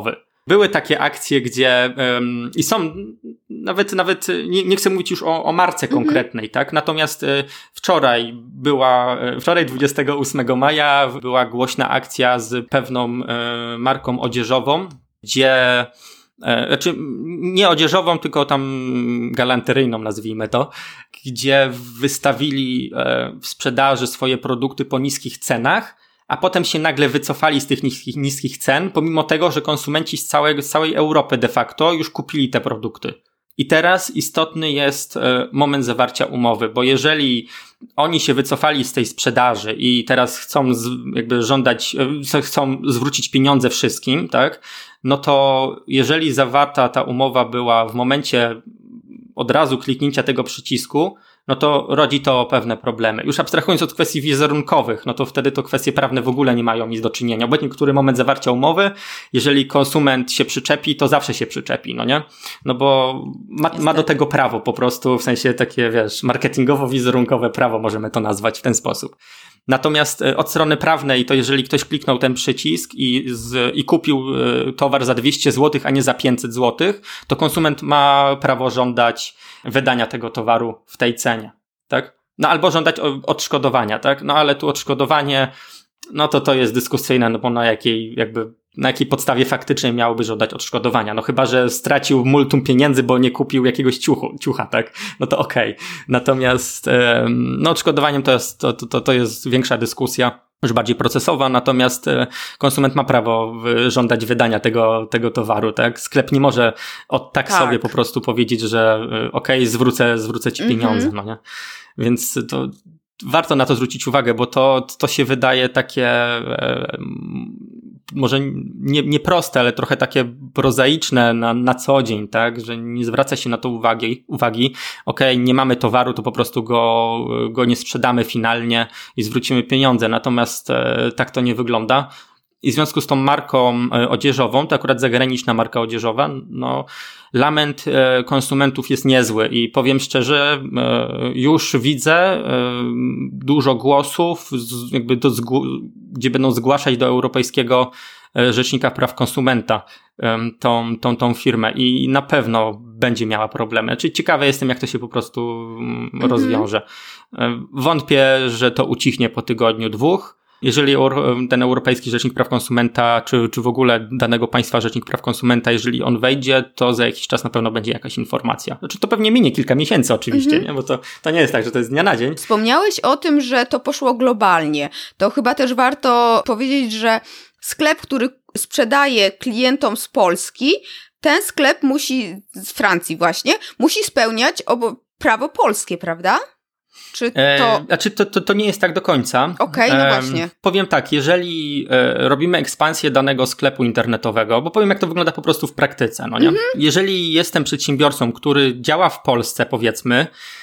S2: Były takie akcje, gdzie um, i są, nawet nawet nie, nie chcę mówić już o, o marce konkretnej, mm-hmm. tak? Natomiast e, wczoraj była, e, wczoraj dwudziestego ósmego maja była głośna akcja z pewną e, marką odzieżową, gdzie e, znaczy nie odzieżową, tylko tam galanteryjną nazwijmy to, gdzie wystawili e, w sprzedaży swoje produkty po niskich cenach, a potem się nagle wycofali z tych niskich, niskich cen, pomimo tego, że konsumenci z całej, z całej Europy de facto już kupili te produkty. I teraz istotny jest e, moment zawarcia umowy, bo jeżeli oni się wycofali z tej sprzedaży i teraz chcą z, jakby żądać, e, chcą zwrócić pieniądze wszystkim, tak, no to jeżeli zawarta ta umowa była w momencie od razu kliknięcia tego przycisku, no to rodzi to pewne problemy. Już abstrahując od kwestii wizerunkowych, no to wtedy to kwestie prawne w ogóle nie mają nic do czynienia. Obecnie, który moment zawarcia umowy, jeżeli konsument się przyczepi, to zawsze się przyczepi, no nie? No bo ma, ma do tego prawo po prostu, w sensie takie, wiesz, marketingowo-wizerunkowe prawo możemy to nazwać w ten sposób. Natomiast od strony prawnej, to jeżeli ktoś kliknął ten przycisk i, z, i kupił towar za dwieście złotych, a nie za pięćset złotych, to konsument ma prawo żądać wydania tego towaru w tej cenie, tak? No albo żądać odszkodowania, tak? No ale tu odszkodowanie, no to to jest dyskusyjne, no bo na jakiej jakby, na jakiej podstawie faktycznie miałoby żądać odszkodowania? No chyba, że stracił multum pieniędzy, bo nie kupił jakiegoś ciuchu, ciucha, tak? No to okej. Okay. Natomiast, no odszkodowaniem to jest, to, to, to jest większa dyskusja, już bardziej procesowa, natomiast konsument ma prawo żądać wydania tego, tego towaru, tak? Sklep nie może od tak, tak. sobie po prostu powiedzieć, że okej, okay, zwrócę, zwrócę ci pieniądze, mm-hmm. no nie? Więc to warto na to zwrócić uwagę, bo to, to się wydaje takie e, może nie, nie proste, ale trochę takie prozaiczne na, na co dzień, tak? Że nie zwraca się na to uwagi, uwagi. Okej, okay, nie mamy towaru, to po prostu go, go nie sprzedamy finalnie i zwrócimy pieniądze. Natomiast e, tak to nie wygląda. I w związku z tą marką odzieżową, to akurat zagraniczna marka odzieżowa, no lament konsumentów jest niezły i powiem szczerze, już widzę dużo głosów, jakby do zgł- gdzie będą zgłaszać do Europejskiego Rzecznika Praw Konsumenta tą, tą, tą firmę i na pewno będzie miała problemy. Czyli ciekawy jestem, jak to się po prostu mhm. rozwiąże. Wątpię, że to ucichnie po tygodniu, dwóch. Jeżeli ten Europejski Rzecznik Praw Konsumenta, czy, czy w ogóle danego państwa Rzecznik Praw Konsumenta, jeżeli on wejdzie, to za jakiś czas na pewno będzie jakaś informacja. Znaczy to pewnie minie kilka miesięcy oczywiście, mhm. nie? Bo to, to nie jest tak, że to jest z dnia na dzień.
S1: Wspomniałeś o tym, że to poszło globalnie. To chyba też warto powiedzieć, że sklep, który sprzedaje klientom z Polski, ten sklep musi, z Francji właśnie, musi spełniać obo- prawo polskie, prawda? Czy to...
S2: E, znaczy to, to, to nie jest tak do końca.
S1: Okej, okay, no właśnie.
S2: E, powiem tak, jeżeli e, robimy ekspansję danego sklepu internetowego, bo powiem jak to wygląda po prostu w praktyce, no nie? Mm-hmm. Jeżeli jestem przedsiębiorcą, który działa w Polsce, powiedzmy,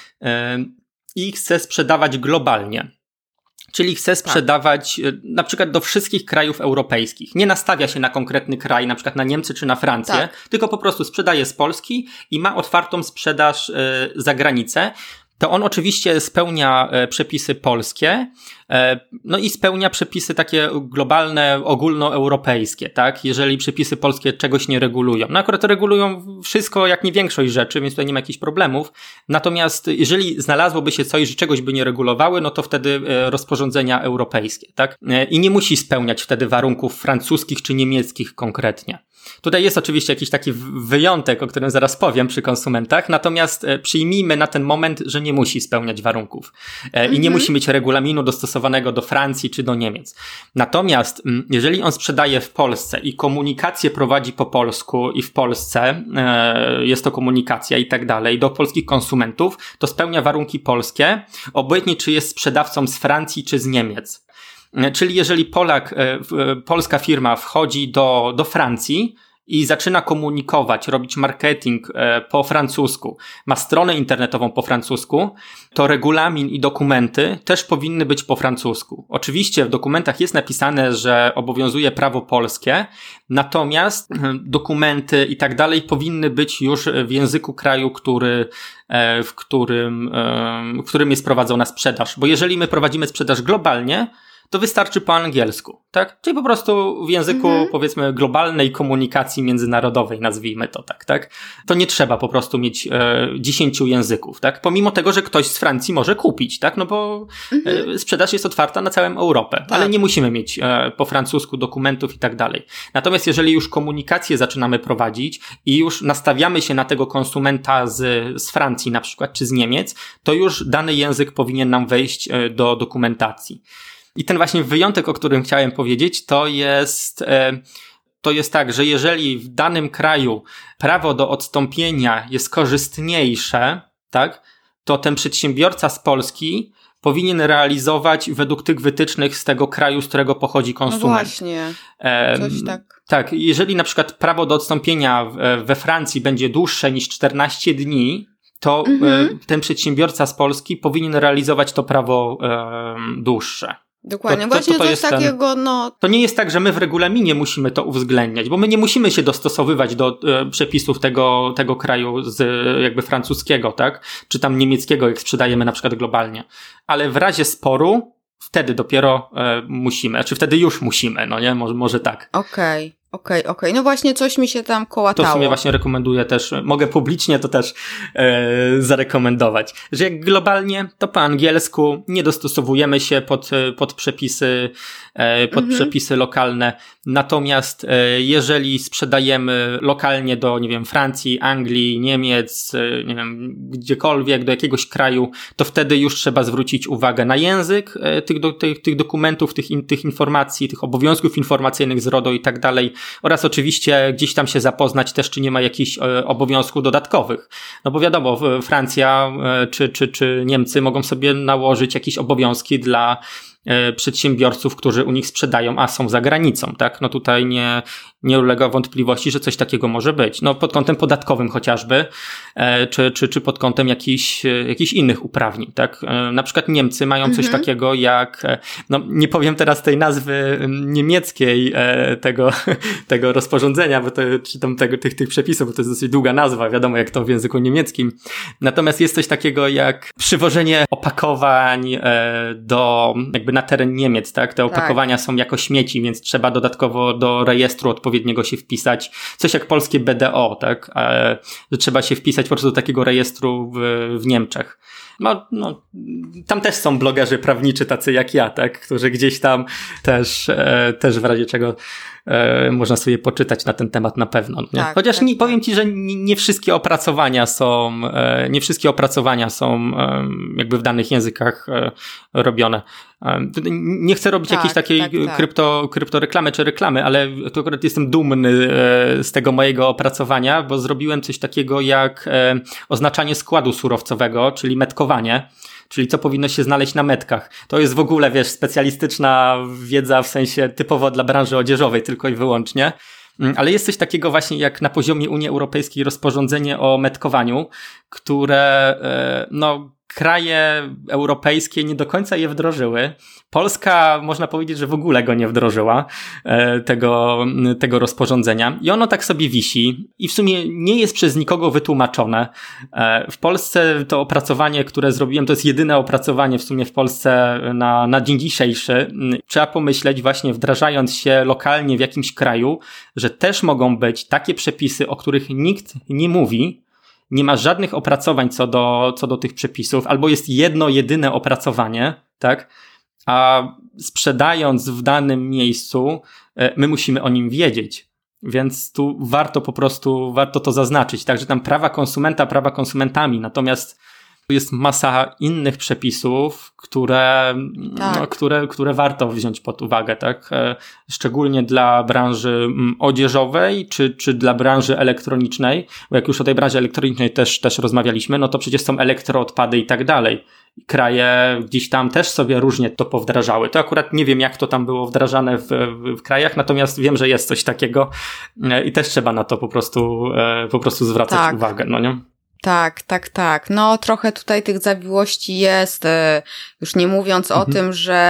S2: e, i chce sprzedawać globalnie, czyli chce sprzedawać tak. na przykład do wszystkich krajów europejskich. Nie nastawia się na konkretny kraj, na przykład na Niemcy czy na Francję, tak. tylko po prostu sprzedaje z Polski i ma otwartą sprzedaż e, za granicę. To on oczywiście spełnia e, przepisy polskie, e, no i spełnia przepisy takie globalne, ogólnoeuropejskie, tak? Jeżeli przepisy polskie czegoś nie regulują. No akurat regulują wszystko, jak nie większość rzeczy, więc tutaj nie ma jakichś problemów. Natomiast jeżeli znalazłoby się coś, że czegoś by nie regulowały, no to wtedy e, rozporządzenia europejskie, tak? E, I nie musi spełniać wtedy warunków francuskich czy niemieckich konkretnie. Tutaj jest oczywiście jakiś taki wyjątek, o którym zaraz powiem przy konsumentach, natomiast przyjmijmy na ten moment, że nie musi spełniać warunków mm-hmm. i nie musi mieć regulaminu dostosowanego do Francji czy do Niemiec. Natomiast jeżeli on sprzedaje w Polsce i komunikację prowadzi po polsku i w Polsce e, jest to komunikacja i tak dalej do polskich konsumentów, to spełnia warunki polskie, obojętnie czy jest sprzedawcą z Francji czy z Niemiec. Czyli jeżeli Polak, polska firma wchodzi do, do Francji i zaczyna komunikować, robić marketing po francusku, ma stronę internetową po francusku, to regulamin i dokumenty też powinny być po francusku. Oczywiście w dokumentach jest napisane, że obowiązuje prawo polskie, natomiast dokumenty i tak dalej powinny być już w języku kraju, który, w którym, w którym jest prowadzona sprzedaż. Bo jeżeli my prowadzimy sprzedaż globalnie, to wystarczy po angielsku, tak? Czyli po prostu w języku, mhm. powiedzmy, globalnej komunikacji międzynarodowej, nazwijmy to tak, tak? To nie trzeba po prostu mieć e, dziesięciu języków, tak? Pomimo tego, że ktoś z Francji może kupić, tak? No bo mhm. e, sprzedaż jest otwarta na całą Europę, tak. ale nie musimy mieć e, po francusku dokumentów i tak dalej. Natomiast jeżeli już komunikację zaczynamy prowadzić i już nastawiamy się na tego konsumenta z, z Francji na przykład, czy z Niemiec, to już dany język powinien nam wejść e, do dokumentacji. I ten właśnie wyjątek, o którym chciałem powiedzieć, to jest, to jest tak, że jeżeli w danym kraju prawo do odstąpienia jest korzystniejsze, tak, to ten przedsiębiorca z Polski powinien realizować według tych wytycznych z tego kraju, z którego pochodzi konsument.
S1: No właśnie, coś tak.
S2: Tak, jeżeli na przykład prawo do odstąpienia we Francji będzie dłuższe niż czternaście dni, to mhm. ten przedsiębiorca z Polski powinien realizować to prawo e, dłuższe.
S1: Dokładnie, to, to, właśnie to, to coś jest takiego, ten, no...
S2: To nie jest tak, że my w regulaminie musimy to uwzględniać, bo my nie musimy się dostosowywać do e, przepisów tego, tego kraju z jakby francuskiego, tak? Czy tam niemieckiego, jak sprzedajemy na przykład globalnie. Ale w razie sporu, wtedy dopiero e, musimy, czy wtedy już musimy, no nie? Może, może tak.
S1: Okej. Okay. Okej, okay, okej. Okay. No właśnie coś mi się tam kołatało.
S2: To w sumie właśnie rekomenduję też, mogę publicznie to też e, zarekomendować, że jak globalnie, to po angielsku nie dostosowujemy się pod, pod przepisy, e, pod mhm. przepisy lokalne. Natomiast e, jeżeli sprzedajemy lokalnie do, nie wiem, Francji, Anglii, Niemiec, e, nie wiem, gdziekolwiek, do jakiegoś kraju, to wtedy już trzeba zwrócić uwagę na język e, tych, do, tych, tych dokumentów, tych, in, tych informacji, tych obowiązków informacyjnych z RODO i tak dalej. Oraz oczywiście gdzieś tam się zapoznać też, czy nie ma jakichś e, obowiązków dodatkowych. No bo wiadomo, Francja e, czy, czy, czy Niemcy mogą sobie nałożyć jakieś obowiązki dla e, przedsiębiorców, którzy u nich sprzedają, a są za granicą, tak? No tutaj nie, nie ulega wątpliwości, że coś takiego może być. No pod kątem podatkowym chociażby, e, czy, czy, czy pod kątem jakichś, jakichś innych uprawnień, tak? E, na przykład Niemcy mają coś mhm. takiego jak, e, no nie powiem teraz tej nazwy niemieckiej e, tego, tego rozporządzenia, bo to, czy tam tego, tych, tych przepisów, bo to jest dosyć długa nazwa, wiadomo jak to w języku niemieckim. Natomiast jest coś takiego jak przywożenie opakowań e, do, jakby na teren Niemiec, tak? Te opakowania tak. są jako śmieci, więc trzeba dodatkowo do rejestru odpowiedniego się wpisać. Coś jak polskie B D O, tak? E, że trzeba się wpisać po prostu do takiego rejestru w, w Niemczech. No, no, tam też są blogerzy prawniczy tacy jak ja, tak? Którzy gdzieś tam też, e, też w razie czego e, można sobie poczytać na ten temat na pewno. Nie?
S1: Tak,
S2: Chociaż
S1: tak,
S2: nie, powiem ci, że nie, nie wszystkie opracowania są, e, nie wszystkie opracowania są e, jakby w danych językach e, robione. E, nie chcę robić tak, jakiejś takiej
S1: tak, tak.
S2: krypto, kryptoreklamy czy reklamy, ale to akurat jestem dumny e, z tego mojego opracowania, bo zrobiłem coś takiego jak e, oznaczanie składu surowcowego, czyli metkowanie. Czyli co powinno się znaleźć na metkach. To jest w ogóle, wiesz, specjalistyczna wiedza w sensie typowo dla branży odzieżowej tylko i wyłącznie. Ale jest coś takiego właśnie jak na poziomie Unii Europejskiej rozporządzenie o metkowaniu, które, no, kraje europejskie nie do końca je wdrożyły. Polska, można powiedzieć, że w ogóle go nie wdrożyła, tego, tego rozporządzenia. I ono tak sobie wisi i w sumie nie jest przez nikogo wytłumaczone. W Polsce to opracowanie, które zrobiłem, to jest jedyne opracowanie w sumie w Polsce na, na dzień dzisiejszy. Trzeba pomyśleć właśnie, wdrażając się lokalnie w jakimś kraju, że też mogą być takie przepisy, o których nikt nie mówi, nie ma żadnych opracowań co do, co do tych przepisów, albo jest jedno, jedyne opracowanie, tak? A sprzedając w danym miejscu, my musimy o nim wiedzieć. Więc tu warto po prostu, warto to zaznaczyć. Także tam prawa konsumenta, prawa konsumentami. Natomiast jest masa innych przepisów, które, tak. no, które, które warto wziąć pod uwagę, tak? Szczególnie dla branży odzieżowej, czy, czy dla branży elektronicznej, bo jak już o tej branży elektronicznej też, też rozmawialiśmy, no to przecież są elektroodpady i tak dalej. Kraje gdzieś tam też sobie różnie to powdrażały. To akurat nie wiem, jak to tam było wdrażane w, w, w krajach, natomiast wiem, że jest coś takiego i też trzeba na to po prostu, po prostu zwracać
S1: tak.
S2: uwagę, no nie?
S1: Tak, tak, tak. No trochę tutaj tych zawiłości jest, już nie mówiąc mhm. o tym, że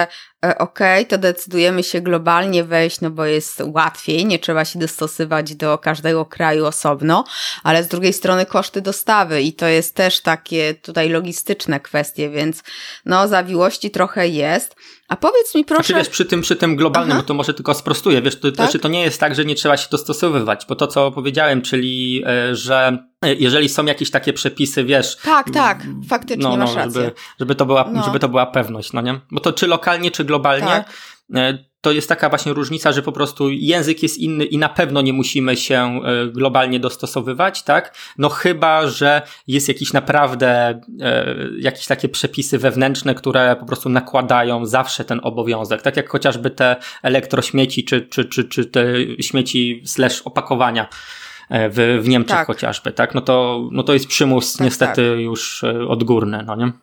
S1: okej, okay, to decydujemy się globalnie wejść, no bo jest łatwiej, nie trzeba się dostosować do każdego kraju osobno, ale z drugiej strony koszty dostawy i to jest też takie tutaj logistyczne kwestie, więc no zawiłości trochę jest. A powiedz mi proszę...
S2: Znaczy wiesz, przy tym, przy tym globalnym, bo to może tylko sprostuję, wiesz, to, tak? to, znaczy, to nie jest tak, że nie trzeba się dostosowywać, bo to, co powiedziałem, czyli, że jeżeli są jakieś takie przepisy, wiesz...
S1: Tak, tak, faktycznie
S2: no, no,
S1: masz rację.
S2: Żeby, żeby, to była,
S1: no.
S2: żeby to była pewność, no nie? Bo to czy lokalnie, czy globalnie... Tak. To jest taka właśnie różnica, że po prostu język jest inny i na pewno nie musimy się globalnie dostosowywać, tak? No chyba, że jest jakiś naprawdę, jakieś takie przepisy wewnętrzne, które po prostu nakładają zawsze ten obowiązek, tak jak chociażby te elektrośmieci, czy, czy, czy, czy te śmieci slash opakowania w, w Niemczech tak. chociażby, tak? No to, no to jest przymus tak, niestety tak. już odgórny, no nie?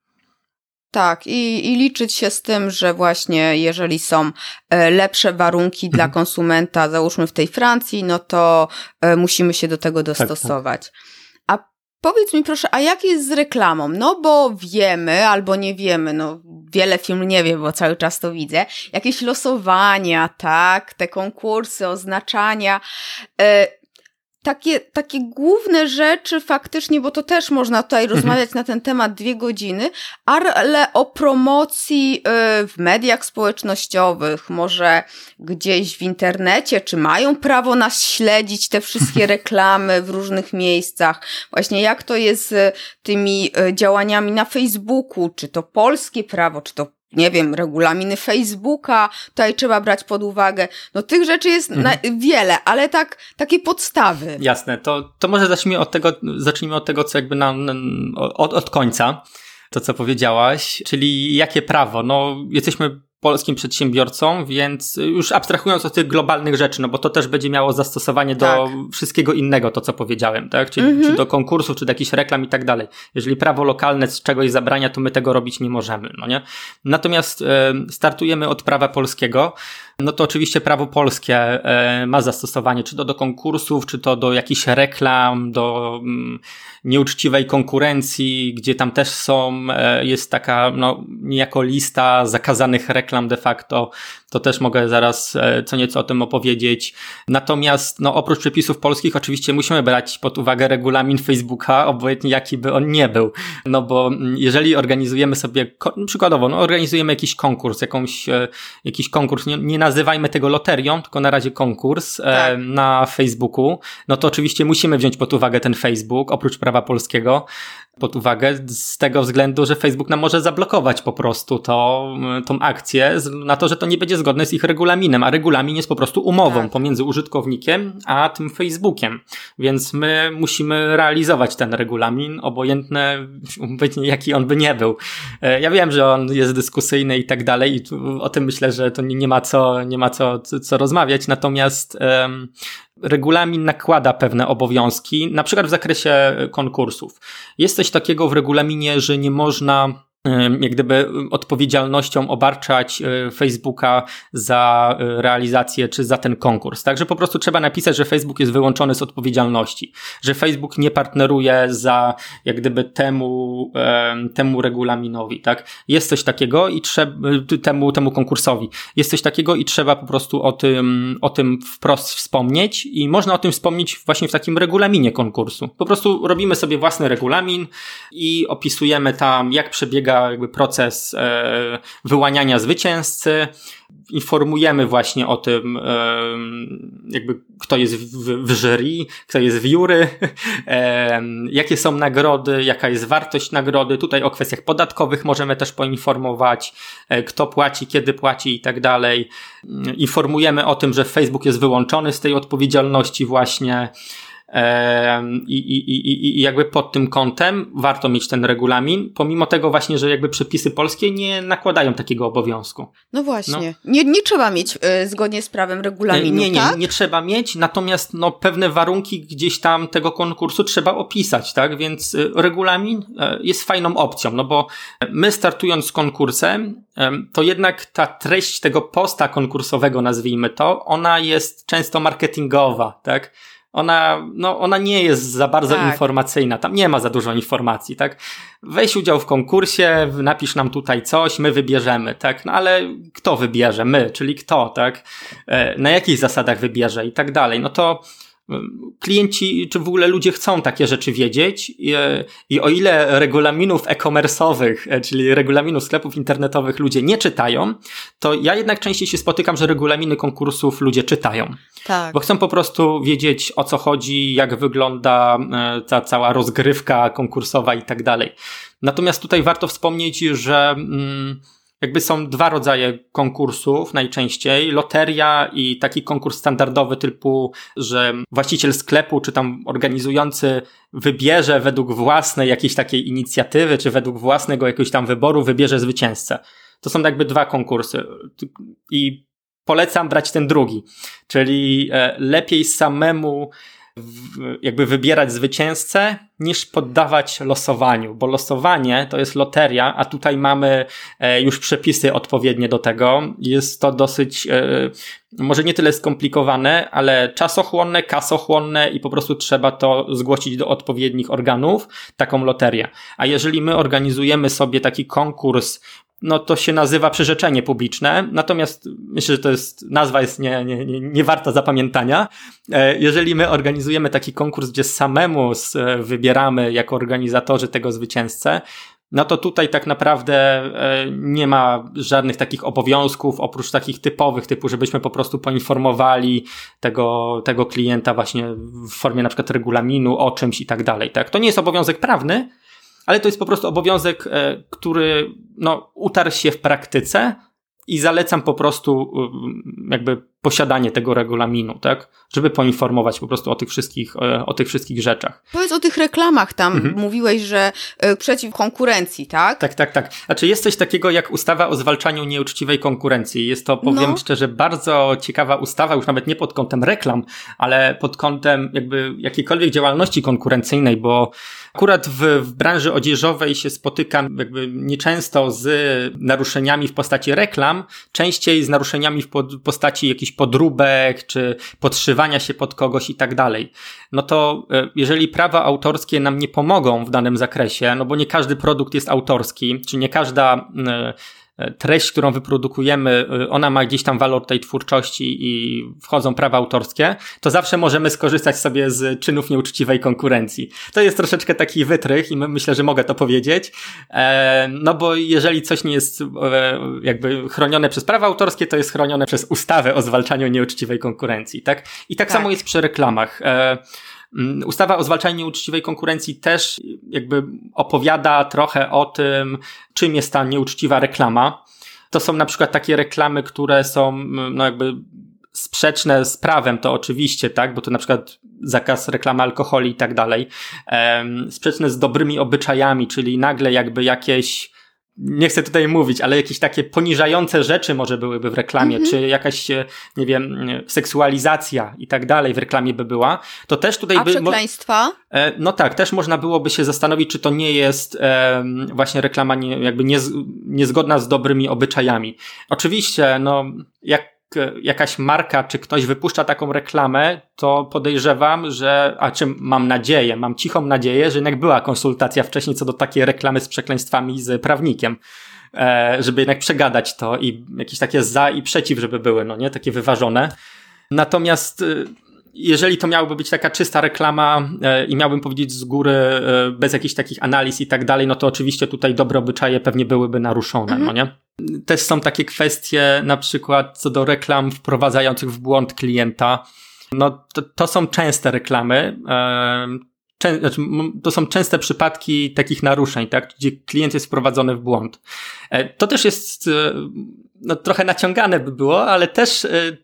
S1: Tak, i, i liczyć się z tym, że właśnie jeżeli są e, lepsze warunki mhm. dla konsumenta, załóżmy w tej Francji, no to e, musimy się do tego dostosować. Tak, tak. A powiedz mi proszę, a jak jest z reklamą? No bo wiemy albo nie wiemy, no wiele firm nie wie, bo cały czas to widzę, jakieś losowania, tak, te konkursy, oznaczania, e, Takie, takie główne rzeczy faktycznie, bo to też można tutaj mhm. rozmawiać na ten temat dwie godziny, ale o promocji y, w mediach społecznościowych, może gdzieś w internecie, czy mają prawo nas śledzić, te wszystkie reklamy w różnych miejscach, właśnie jak to jest z tymi y, działaniami na Facebooku, czy to polskie prawo, czy to nie wiem, regulaminy Facebooka, tutaj trzeba brać pod uwagę. No tych rzeczy jest mhm. na, wiele, ale tak, takie podstawy.
S2: Jasne, to, to może zacznijmy od tego, zacznijmy od tego, co jakby nam, od, od końca, to co powiedziałaś, czyli jakie prawo? No, jesteśmy polskim przedsiębiorcą, więc już abstrahując od tych globalnych rzeczy, no bo to też będzie miało zastosowanie do tak. wszystkiego innego, to co powiedziałem, tak? Czyli, mm-hmm. czy do konkursów, czy do jakichś reklam i tak dalej. Jeżeli prawo lokalne z czegoś zabrania, to my tego robić nie możemy, no nie? Natomiast e, startujemy od prawa polskiego, no to oczywiście prawo polskie e, ma zastosowanie, czy to do konkursów, czy to do jakichś reklam, do mm, nieuczciwej konkurencji, gdzie tam też są, e, jest taka, no, niejako lista zakazanych reklam de facto, to też mogę zaraz e, co nieco o tym opowiedzieć. Natomiast, no, oprócz przepisów polskich oczywiście musimy brać pod uwagę regulamin Facebooka, obojętnie jaki by on nie był. No bo jeżeli organizujemy sobie, przykładowo, no, organizujemy jakiś konkurs, jakąś, e, jakiś konkurs, nie, nie nazywajmy tego loterią, tylko na razie konkurs tak. e, na Facebooku, no to oczywiście musimy wziąć pod uwagę ten Facebook, oprócz prawa polskiego, pod uwagę z tego względu, że Facebook nam może zablokować po prostu to, tą akcję na to, że to nie będzie zgodne z ich regulaminem, a regulamin jest po prostu umową tak. pomiędzy użytkownikiem a tym Facebookiem, więc my musimy realizować ten regulamin, obojętne jaki on by nie był. Ja wiem, że on jest dyskusyjny i tak dalej i o tym myślę, że to nie ma co, nie ma co, co rozmawiać, natomiast um, regulamin nakłada pewne obowiązki, na przykład w zakresie konkursów. Jest coś takiego w regulaminie, że nie można jak gdyby odpowiedzialnością obarczać Facebooka za realizację czy za ten konkurs. Także po prostu trzeba napisać, że Facebook jest wyłączony z odpowiedzialności, że Facebook nie partneruje za jak gdyby temu, temu regulaminowi, tak? Jest coś takiego i trzeba, temu, temu konkursowi. Jest coś takiego i trzeba po prostu o tym, o tym wprost wspomnieć i można o tym wspomnieć właśnie w takim regulaminie konkursu. Po prostu robimy sobie własny regulamin i opisujemy tam, jak przebiega jakby proces e, wyłaniania zwycięzcy, informujemy właśnie o tym, e, jakby kto jest w, w jury, kto jest w jury, e, jakie są nagrody, jaka jest wartość nagrody, tutaj o kwestiach podatkowych możemy też poinformować, e, kto płaci, kiedy płaci i tak dalej. Informujemy o tym, że Facebook jest wyłączony z tej odpowiedzialności właśnie, I, i, i, i jakby pod tym kątem warto mieć ten regulamin, pomimo tego właśnie, że jakby przepisy polskie nie nakładają takiego obowiązku.
S1: No właśnie, no. Nie, nie trzeba mieć y, zgodnie z prawem regulaminu,
S2: nie, nie,
S1: tak?
S2: Nie trzeba mieć, natomiast no, pewne warunki gdzieś tam tego konkursu trzeba opisać, tak? Więc y, regulamin y, jest fajną opcją, no bo my startując z konkursem, y, to jednak ta treść tego posta konkursowego, nazwijmy to, ona jest często marketingowa, tak? ona, no, ona nie jest za bardzo
S1: tak.
S2: informacyjna, tam nie ma za dużo informacji, tak? Weź udział w konkursie, napisz nam tutaj coś, my wybierzemy, tak? No ale kto wybierze? My, czyli kto, tak? Na jakich zasadach wybierze i tak dalej. No to klienci, czy w ogóle ludzie chcą takie rzeczy wiedzieć i, i o ile regulaminów e-commerce'owych, czyli regulaminów sklepów internetowych ludzie nie czytają, to ja jednak częściej się spotykam, że regulaminy konkursów ludzie czytają.
S1: Tak.
S2: Bo chcą po prostu wiedzieć, o co chodzi, jak wygląda ta cała rozgrywka konkursowa i tak dalej. Natomiast tutaj warto wspomnieć, że mm, jakby są dwa rodzaje konkursów najczęściej. Loteria i taki konkurs standardowy typu, że właściciel sklepu czy tam organizujący wybierze według własnej jakiejś takiej inicjatywy, czy według własnego jakiegoś tam wyboru wybierze zwycięzcę. To są jakby dwa konkursy. I polecam brać ten drugi. Czyli lepiej samemu jakby wybierać zwycięzcę niż poddawać losowaniu, bo losowanie to jest loteria, a tutaj mamy już przepisy odpowiednie do tego. Jest to dosyć może nie tyle skomplikowane, ale czasochłonne, kasochłonne i po prostu trzeba to zgłosić do odpowiednich organów, taką loterię. A jeżeli my organizujemy sobie taki konkurs, no to się nazywa przyrzeczenie publiczne, natomiast myślę, że to jest, nazwa jest nie, nie, nie, nie warta zapamiętania. Jeżeli my organizujemy taki konkurs, gdzie samemu wybieramy jako organizatorzy tego zwycięzcę, no to tutaj tak naprawdę nie ma żadnych takich obowiązków, oprócz takich typowych, typu żebyśmy po prostu poinformowali tego, tego klienta właśnie w formie na przykład regulaminu o czymś i tak dalej. Tak? To nie jest obowiązek prawny, ale to jest po prostu obowiązek, który no, utarł się w praktyce i zalecam po prostu jakby posiadanie tego regulaminu, tak? Żeby poinformować po prostu o tych wszystkich, o tych wszystkich rzeczach.
S1: Powiedz o tych reklamach tam. Mhm. Mówiłeś, że y, przeciw konkurencji, tak?
S2: Tak, tak, tak. Znaczy jest coś takiego jak ustawa o zwalczaniu nieuczciwej konkurencji. Jest to, powiem no. szczerze, bardzo ciekawa ustawa, już nawet nie pod kątem reklam, ale pod kątem jakby jakiejkolwiek działalności konkurencyjnej, bo akurat w, w branży odzieżowej się spotykam jakby nieczęsto z naruszeniami w postaci reklam, częściej z naruszeniami w pod, postaci jakichś podróbek, czy podszywania się pod kogoś i tak dalej. No to jeżeli prawa autorskie nam nie pomogą w danym zakresie, no bo nie każdy produkt jest autorski, czy nie każda treść, którą wyprodukujemy, ona ma gdzieś tam walor tej twórczości i wchodzą prawa autorskie, to zawsze możemy skorzystać sobie z czynów nieuczciwej konkurencji. To jest troszeczkę taki wytrych i myślę, że mogę to powiedzieć, no bo jeżeli coś nie jest jakby chronione przez prawa autorskie, to jest chronione przez ustawę o zwalczaniu nieuczciwej konkurencji, tak? I tak, tak. samo jest przy reklamach. Ustawa o zwalczaniu nieuczciwej konkurencji też jakby opowiada trochę o tym, czym jest ta nieuczciwa reklama. To są na przykład takie reklamy, które są no jakby sprzeczne z prawem, to oczywiście, tak, bo to na przykład zakaz reklamy alkoholi i tak dalej. Sprzeczne z dobrymi obyczajami, czyli nagle jakby jakieś, nie chcę tutaj mówić, ale jakieś takie poniżające rzeczy może byłyby w reklamie, mm-hmm. czy jakaś, nie wiem, seksualizacja i tak dalej w reklamie by była, to też tutaj
S1: A
S2: by...
S1: przekleństwa?
S2: E, no tak, też można byłoby się zastanowić, czy to nie jest e, właśnie reklama nie, jakby nie, niezgodna z dobrymi obyczajami. Oczywiście, no, jak jakaś marka, czy ktoś wypuszcza taką reklamę, to podejrzewam, że, a czym mam nadzieję, mam cichą nadzieję, że jednak była konsultacja wcześniej co do takiej reklamy z przekleństwami z prawnikiem, e, żeby jednak przegadać to i jakieś takie za i przeciw, żeby były, no nie, takie wyważone. Natomiast jeżeli to miałaby być taka czysta reklama e, i miałbym powiedzieć z góry e, bez jakichś takich analiz i tak dalej, no to oczywiście tutaj dobre obyczaje pewnie byłyby naruszone, mhm. no nie? Też są takie kwestie na przykład co do reklam wprowadzających w błąd klienta. No to, to są częste reklamy, e, czę, znaczy, to są częste przypadki takich naruszeń, tak, gdzie klient jest wprowadzony w błąd. E, to też jest e, no, trochę naciągane by było, ale też... E,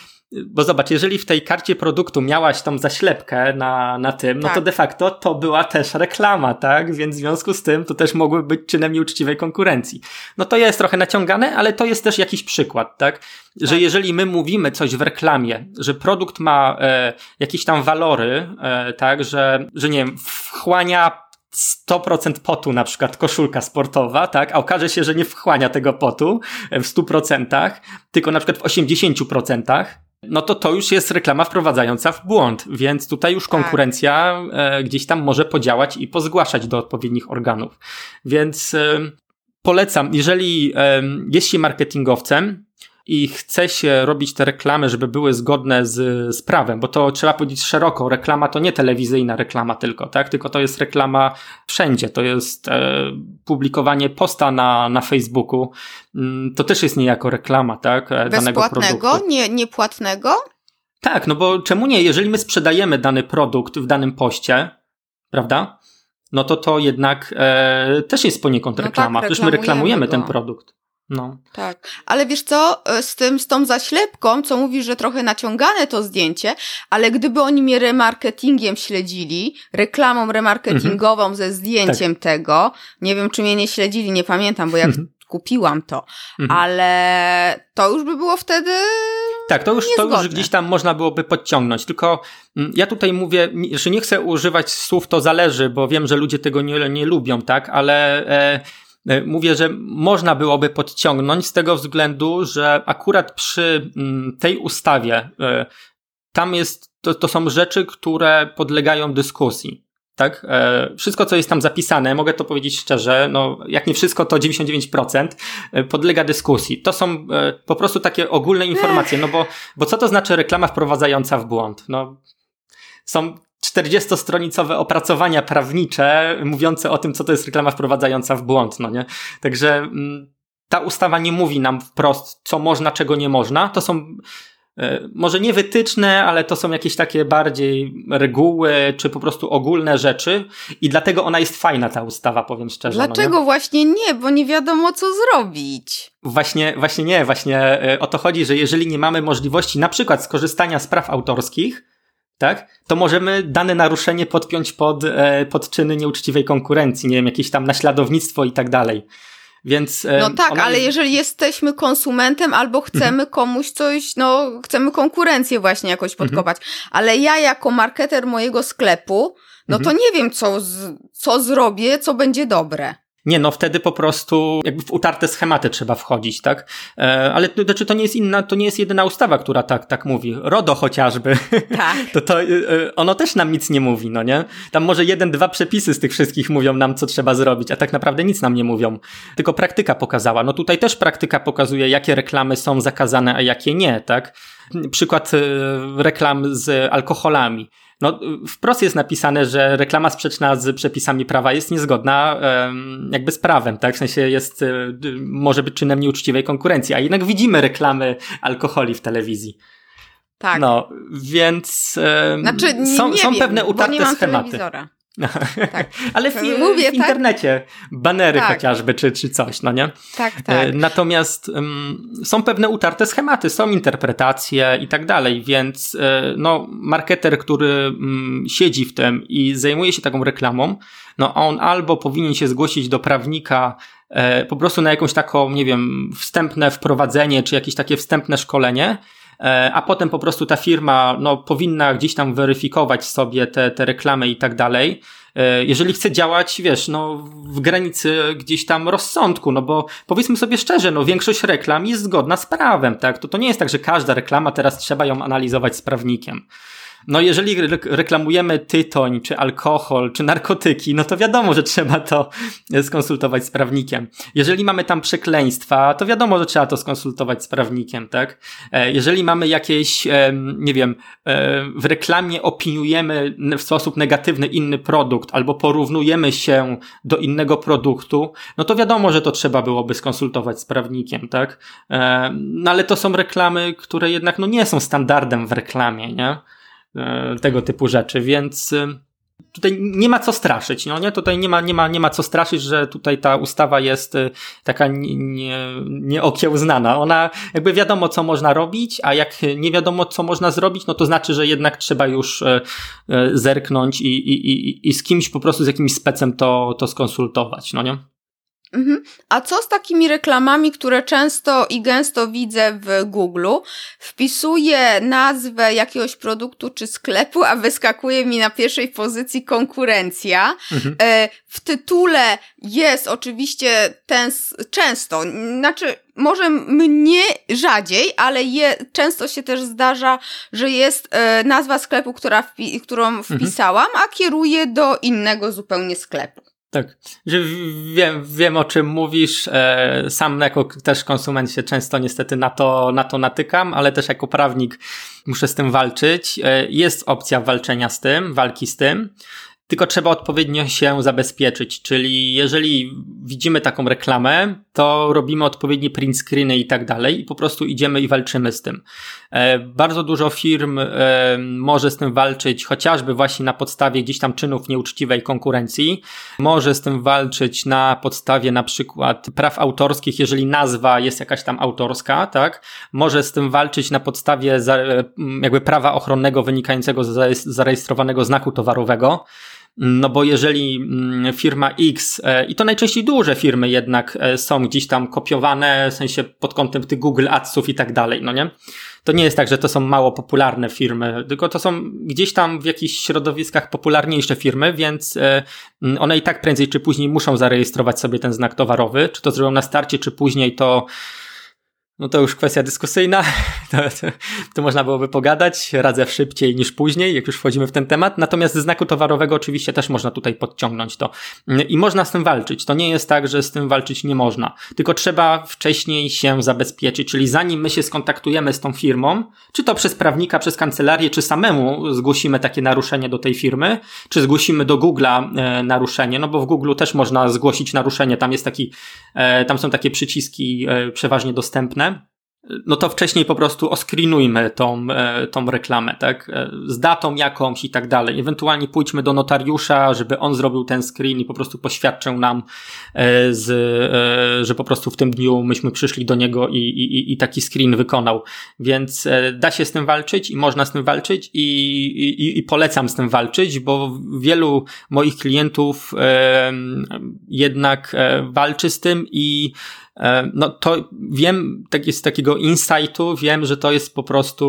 S2: Bo zobacz, jeżeli w tej karcie produktu miałaś tą zaślepkę na, na tym, tak. no to de facto to była też reklama, tak? Więc w związku z tym to też mogły być czynem nieuczciwej konkurencji. No to jest trochę naciągane, ale to jest też jakiś przykład, tak? Że tak. jeżeli my mówimy coś w reklamie, że produkt ma e, jakieś tam walory, e, tak? Że, że nie wiem, wchłania sto procent potu, na przykład koszulka sportowa, tak? A okaże się, że nie wchłania tego potu w stu procentach, tylko na przykład w osiemdziesięciu procentach, no to to już jest reklama wprowadzająca w błąd, więc tutaj już konkurencja tak. e, gdzieś tam może podziałać i pozgłaszać do odpowiednich organów. Więc e, polecam, jeżeli e, jest się marketingowcem i chce się robić te reklamy, żeby były zgodne z, z prawem, bo to trzeba powiedzieć szeroko, reklama to nie telewizyjna reklama tylko, tak? Tylko to jest reklama wszędzie, to jest e, publikowanie posta na, na Facebooku, to też jest niejako reklama, tak? Danego
S1: bezpłatnego,
S2: produktu.
S1: nie, niepłatnego?
S2: Tak, no bo czemu nie? Jeżeli my sprzedajemy dany produkt w danym poście, prawda? No to to jednak e, też jest poniekąd reklama, no tak, przecież my reklamujemy go. ten produkt. No.
S1: Tak, ale wiesz co, z tym, z tą zaślepką, co mówisz, że trochę naciągane to zdjęcie, ale gdyby oni mnie remarketingiem śledzili, reklamą remarketingową mhm. ze zdjęciem tak. tego, nie wiem, czy mnie nie śledzili, nie pamiętam, bo ja mhm. kupiłam to, mhm. ale to już by było wtedy
S2: tak, to już, to już gdzieś tam można byłoby podciągnąć, tylko ja tutaj mówię, że nie chcę używać słów to zależy, bo wiem, że ludzie tego nie, nie lubią, tak, ale e, mówię, że można byłoby podciągnąć z tego względu, że akurat przy tej ustawie tam jest, to, to są rzeczy, które podlegają dyskusji. Tak? Wszystko, co jest tam zapisane, mogę to powiedzieć szczerze, no jak nie wszystko, to dziewięćdziesiąt dziewięć procent podlega dyskusji. To są po prostu takie ogólne informacje, no bo, bo co to znaczy reklama wprowadzająca w błąd? No, są czterdziestostronicowe opracowania prawnicze mówiące o tym, co to jest reklama wprowadzająca w błąd, no nie? Także m, ta ustawa nie mówi nam wprost, co można, czego nie można. To są e, może nie wytyczne, ale to są jakieś takie bardziej reguły, czy po prostu ogólne rzeczy i dlatego ona jest fajna, ta ustawa, powiem szczerze.
S1: Dlaczego
S2: no nie?
S1: właśnie nie? Bo nie wiadomo, co zrobić.
S2: Właśnie, właśnie nie, właśnie e, o to chodzi, że jeżeli nie mamy możliwości na przykład skorzystania z praw autorskich, tak, to możemy dane naruszenie podpiąć pod, e, pod czyny nieuczciwej konkurencji, nie wiem, jakieś tam naśladownictwo i tak dalej. Więc, e,
S1: no tak, ale jest... jeżeli jesteśmy konsumentem albo chcemy komuś coś, no chcemy konkurencję właśnie jakoś podkopać, ale ja jako marketer mojego sklepu, no to nie wiem, co, z, co zrobię, co będzie dobre.
S2: Nie, no wtedy po prostu jakby w utarte schematy trzeba wchodzić, tak? E, ale to, znaczy to nie jest inna, to nie jest jedyna ustawa, która tak, tak mówi. RODO chociażby. Tak. to, to e, ono też nam nic nie mówi, no nie? Tam może jeden, dwa przepisy z tych wszystkich mówią nam, co trzeba zrobić, a tak naprawdę nic nam nie mówią. Tylko praktyka pokazała. No tutaj też praktyka pokazuje, jakie reklamy są zakazane, a jakie nie, tak? Przykład e, reklam z alkoholami. No, wprost jest napisane, że reklama sprzeczna z przepisami prawa jest niezgodna um, jakby z prawem, tak? W sensie jest, y, może być czynem nieuczciwej konkurencji, a jednak widzimy reklamy alkoholi w telewizji.
S1: Tak.
S2: No, więc um,
S1: znaczy, nie,
S2: są,
S1: nie
S2: są
S1: wiem,
S2: pewne utarte
S1: bo nie mam
S2: schematy.
S1: Telewizora.
S2: Tak. Ale w,
S1: Mówię,
S2: w internecie tak? banery
S1: tak.
S2: chociażby, czy, czy coś, no nie?
S1: Tak, tak.
S2: Natomiast um, są pewne utarte schematy, są interpretacje i tak dalej, więc no, marketer, który um, siedzi w tym i zajmuje się taką reklamą, no on albo powinien się zgłosić do prawnika e, po prostu na jakąś taką, nie wiem, wstępne wprowadzenie, czy jakieś takie wstępne szkolenie, a potem po prostu ta firma no, powinna gdzieś tam weryfikować sobie te, te reklamy i tak dalej. Jeżeli chce działać, wiesz, no w granicy gdzieś tam rozsądku, no bo powiedzmy sobie szczerze, no większość reklam jest zgodna z prawem, tak? To, to nie jest tak, że każda reklama teraz trzeba ją analizować z prawnikiem. No jeżeli re- reklamujemy tytoń, czy alkohol, czy narkotyki, no to wiadomo, że trzeba to skonsultować z prawnikiem. Jeżeli mamy tam przekleństwa, to wiadomo, że trzeba to skonsultować z prawnikiem, tak? E, jeżeli mamy jakieś, e, nie wiem, e, w reklamie opiniujemy w sposób negatywny inny produkt, albo porównujemy się do innego produktu, no to wiadomo, że to trzeba byłoby skonsultować z prawnikiem, tak? E, no ale to są reklamy, które jednak no nie są standardem w reklamie, nie? Tego typu rzeczy, więc tutaj nie ma co straszyć, no nie? Tutaj nie ma, nie ma, nie ma co straszyć, że tutaj ta ustawa jest taka nie, nie, nieokiełznana. Ona jakby wiadomo, co można robić, a jak nie wiadomo, co można zrobić, no to znaczy, że jednak trzeba już zerknąć i, i, i, i z kimś po prostu, z jakimś specem to, to skonsultować, no nie?
S1: Mhm. A co z takimi reklamami, które często i gęsto widzę w Google'u? Wpisuję nazwę jakiegoś produktu czy sklepu, a wyskakuje mi na pierwszej pozycji konkurencja. Mhm. W tytule jest oczywiście ten, często, znaczy może mnie rzadziej, ale je, często się też zdarza, że jest nazwa sklepu, która wpi- którą wpisałam, mhm. a kieruje do innego zupełnie sklepu.
S2: Tak, że wiem, wiem o czym mówisz, sam jako też konsument się często niestety na to, na to natykam, ale też jako prawnik muszę z tym walczyć. Jest opcja walczenia z tym, walki z tym, tylko trzeba odpowiednio się zabezpieczyć, czyli jeżeli widzimy taką reklamę, to robimy odpowiednie print screeny i tak dalej i po prostu idziemy i walczymy z tym. E, bardzo dużo firm e, może z tym walczyć chociażby właśnie na podstawie gdzieś tam czynów nieuczciwej konkurencji, może z tym walczyć na podstawie na przykład praw autorskich, jeżeli nazwa jest jakaś tam autorska, tak? Może z tym walczyć na podstawie za, jakby prawa ochronnego wynikającego z zarejestrowanego znaku towarowego. No bo jeżeli firma X, i to najczęściej duże firmy jednak są gdzieś tam kopiowane, w sensie pod kątem tych Google Adsów i tak dalej, no nie? To nie jest tak, że to są mało popularne firmy, tylko to są gdzieś tam w jakichś środowiskach popularniejsze firmy, więc one i tak prędzej czy później muszą zarejestrować sobie ten znak towarowy, czy to zrobią na starcie, czy później, to no to już kwestia dyskusyjna, to, to, to można byłoby pogadać, radzę szybciej niż później, jak już wchodzimy w ten temat, natomiast znaku towarowego oczywiście też można tutaj podciągnąć to i można z tym walczyć, to nie jest tak, że z tym walczyć nie można, tylko trzeba wcześniej się zabezpieczyć, czyli zanim my się skontaktujemy z tą firmą, czy to przez prawnika, przez kancelarię, czy samemu zgłosimy takie naruszenie do tej firmy, czy zgłosimy do Google'a e, naruszenie, no bo w Google'u też można zgłosić naruszenie, tam jest taki, e, tam są takie przyciski e, przeważnie dostępne, no to wcześniej po prostu oscreenujmy tą, tą reklamę, tak, z datą jakąś i tak dalej. Ewentualnie pójdźmy do notariusza, żeby on zrobił ten screen i po prostu poświadczył nam, z, że po prostu w tym dniu myśmy przyszli do niego i, i, i taki screen wykonał. Więc da się z tym walczyć i można z tym walczyć i, i, i polecam z tym walczyć, bo wielu moich klientów jednak walczy z tym i no to wiem, tak z takiego insightu wiem, że to jest po prostu,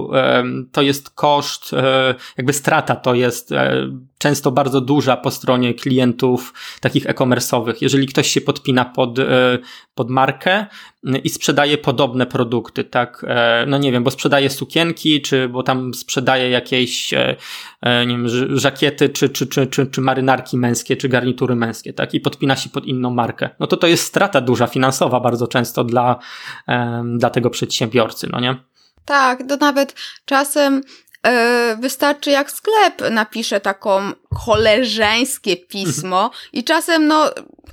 S2: to jest koszt, jakby strata to jest często bardzo duża po stronie klientów takich e-commerce'owych. Jeżeli ktoś się podpina pod, pod markę i sprzedaje podobne produkty, tak, no nie wiem, bo sprzedaje sukienki, czy bo tam sprzedaje jakieś, nie wiem, żakiety, czy, czy, czy, czy, czy marynarki męskie, czy garnitury męskie, tak, i podpina się pod inną markę. No to to jest strata duża finansowa bardzo często dla, dla tego przedsiębiorcy, no nie?
S1: Tak, to nawet czasem wystarczy jak sklep napisze taką koleżeńskie pismo i czasem no